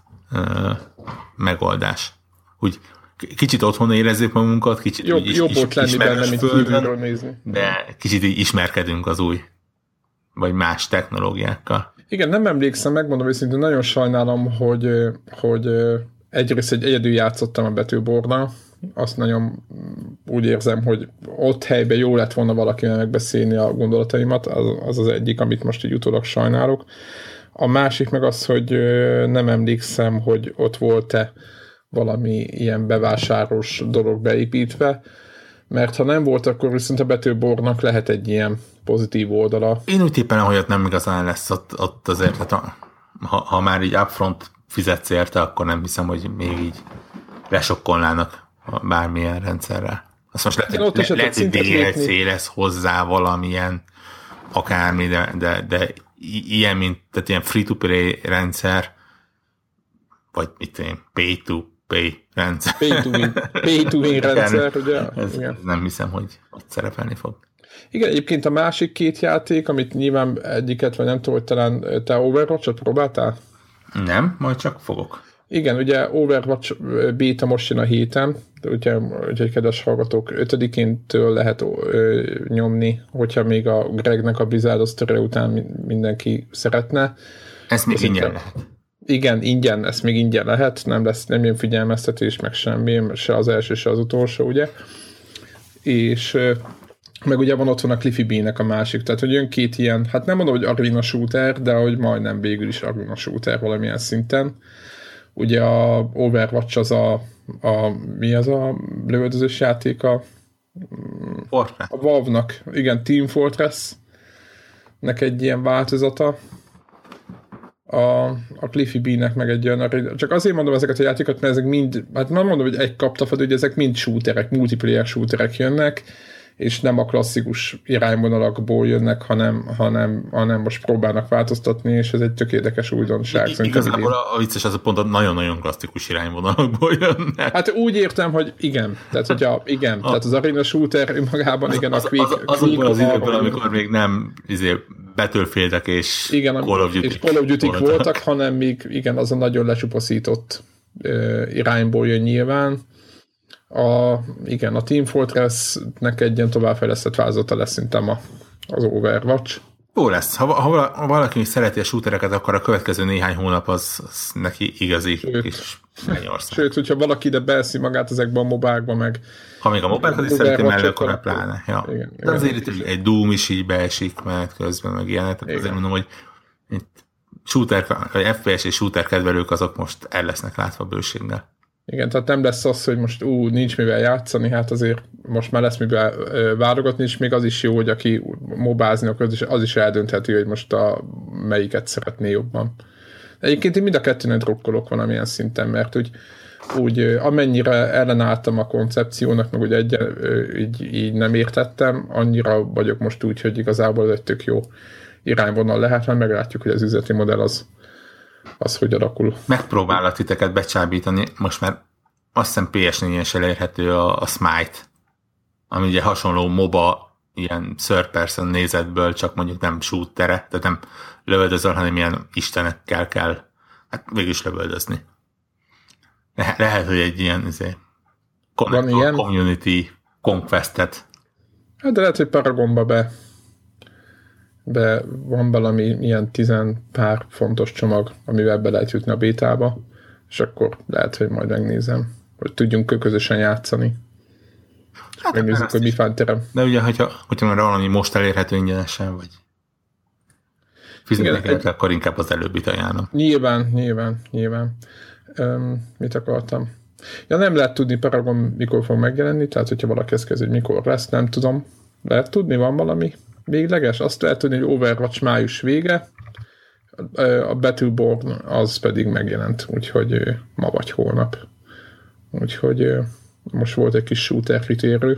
megoldás. Úgy kicsit otthon érezzük magunkat, kicsit jobb, is, jobb is, ott lenni benne, mint kívülről nézni. De kicsit így ismerkedünk az új, vagy más technológiákkal. Igen, nem emlékszem, megmondom őszintén, nagyon sajnálom, hogy, hogy egyrészt egy egyedül játszottam a Battlebornnal, azt nagyon úgy érzem, hogy ott helyben jó lett volna valakivel megbeszélni a gondolataimat, az az, az egyik, amit most így utólag sajnálok. A másik meg az, hogy nem emlékszem, hogy ott volt-e valami ilyen bevásárlós dolog beépítve, mert ha nem volt, akkor viszont a Battlebornnak lehet egy ilyen pozitív oldala. Én úgy tippelem, hogy ott nem igazán lesz ott, ott azért, hát a, ha, ha már így upfront fizetsz érte, akkor nem hiszem, hogy még így lesokkolnának bármilyen rendszerrel. Azt most lehet, hogy le, lehet, hogy dé el cé lesz hozzá valamilyen akármi, de, de, de ilyen, mint, tehát ilyen free-to-play rendszer, vagy mit én, pay-to-pay rendszer. Pay-to-win, pay-to-win rendszer, ugye? Ez, ez nem hiszem, hogy ott szerepelni fog. Igen, egyébként a másik két játék, amit nyilván egyiket, vagy nem tudom, hogy talán te Overwatch-ot próbáltál? Nem, majd csak fogok. Igen, ugye Overwatch beta most jön a héten, de ugye, ugye kedves hallgatók, ötödikéntől lehet ö, nyomni, hogyha még a Gregnek a Blizzard sztoria után mindenki szeretne. Ez még ingyen lehet. Igen, ingyen, ezt még ingyen lehet, nem lesz, nem jön figyelmeztetés, meg semmi, se az első, se az utolsó, ugye. És meg ugye van ott van a Cliffy B-nek a másik, tehát hogy jön két ilyen, hát nem mondom, hogy arena shooter, de hogy majdnem végül is arena shooter valamilyen szinten. Ugye a Overwatch az a, a mi az a lövöldözős játék a Fortress. A WoW-nak, igen, Team Fortress-nek egy ilyen változata. A, a Cliffy B-nek meg egy olyan, csak azért mondom ezeket a játékokat, mert ezek mind, hát nem mondom, hogy egy kaptafad, hogy ezek mind shooterek, multiplayer shooterek jönnek, és nem a klasszikus irányvonalakból jönnek, hanem, hanem, hanem most próbálnak változtatni, és ez egy tök érdekes újdonság. I- igazából a, a vicces az a pont, nagyon nagyon klasszikus irányvonalakból jönnek. Hát úgy értem, hogy igen. Tehát, hogyha igen, a, tehát az arena shooter önmagában, az, igen, az, a quick... Az, az, azokból az időkből, amikor még nem izé, Battlefieldek és igen, Call of Duty és Call of Duty voltak. voltak, hanem még igen, az a nagyon lecsupaszított uh, irányból jön nyilván. A, igen, a Team Fortress-nek egy ilyen továbbfejlesztett változata lesz szerintem a, az Overwatch. Jó lesz. Ha, ha, ha valaki szereti a shootereket, akkor a következő néhány hónap az, az neki igazi sőt, kis mennyország. Sőt, hogyha valaki ide beeszi magát ezekben a mobákban, meg... Ha még a mobákat is szereti mellé, akkor a pláne. Ja. Igen, de azért itt egy Doom is így beesik menet közben, meg ilyenek. Tehát azért mondom, hogy itt shooter, ef pé es és shooter kedvelők azok most el lesznek látva bőséggel. Igen, tehát nem lesz az, hogy most ú, nincs mivel játszani, hát azért most már lesz mivel ö, válogatni, és még az is jó, hogy aki mobázni akar, az is, az is eldöntheti, hogy most a melyiket szeretné jobban. Egyébként én mind a kettőnek drukkolok valamilyen szinten, mert úgy, úgy amennyire ellenálltam a koncepciónak, meg úgy egy, így, így nem értettem, annyira vagyok most úgy, hogy igazából egy tök jó irányvonal lehet, mert meglátjuk, hogy az üzleti modell az az hogy alakul. Megpróbálok titeket becsábítani, most már azt hiszem pé es négyen is elérhető a, a Smite, ami ugye hasonló MOBA, ilyen third person nézetből, csak mondjuk nem shootere, tehát nem lövöldözöl, hanem ilyen istenekkel kell, hát végülis lövöldözni. Le- lehet, hogy egy ilyen izé, ilyen community conquestet. Hát de lehet, hogy Paragonba be, be van valami ilyen tizen pár fontos csomag, amivel be lehet jutni a bétába, és akkor lehet, hogy majd megnézem, hogy tudjunk közösen játszani. Hát megnézzük, hogy mi fánterem. De ugye, hogyha, hogyha már valami most elérhető ingyenesen, vagy fizetnek el, akkor inkább az előbbit ajánlom. Nyilván, nyilván, nyilván. Um, mit akartam? Ja, nem lehet tudni Paragon mikor fog megjelenni, tehát hogyha valaki ezt kezdő, hogy mikor lesz, nem tudom. Lehet tudni, van valami végleges? Azt lehet tudni, hogy Overwatch május vége, a Battleborn az pedig megjelent, úgyhogy ma vagy holnap. Úgyhogy most volt egy kis shooter kitérő.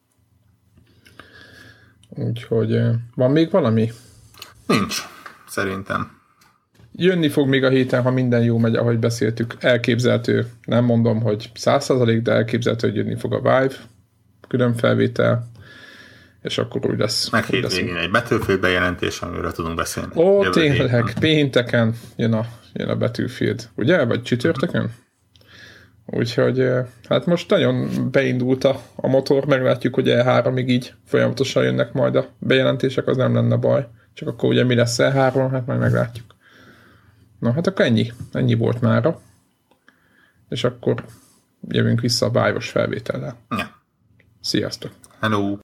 Úgyhogy van még valami? Nincs, szerintem. Jönni fog még a héten, ha minden jó megy, ahogy beszéltük. Elképzelhető, nem mondom, hogy száz százalék, de elképzelhető, hogy jönni fog a Vive külön felvétel, és akkor úgy lesz. Meg hétvégén egy Battlefield bejelentés, amiről tudunk beszélni. Ó, tényleg, pénteken jön a, jön a Battlefield, ugye? Vagy csütörtökön? Úgyhogy hát most nagyon beindult a, a motor, meglátjuk, hogy E háromig így folyamatosan jönnek majd a bejelentések, az nem lenne baj. Csak akkor ugye mi lesz E három, hát majd meglátjuk. Na hát akkor ennyi. Ennyi volt mára. És akkor jövünk vissza a Vive-os felvétellel. Ja. Sziasztok! Hello!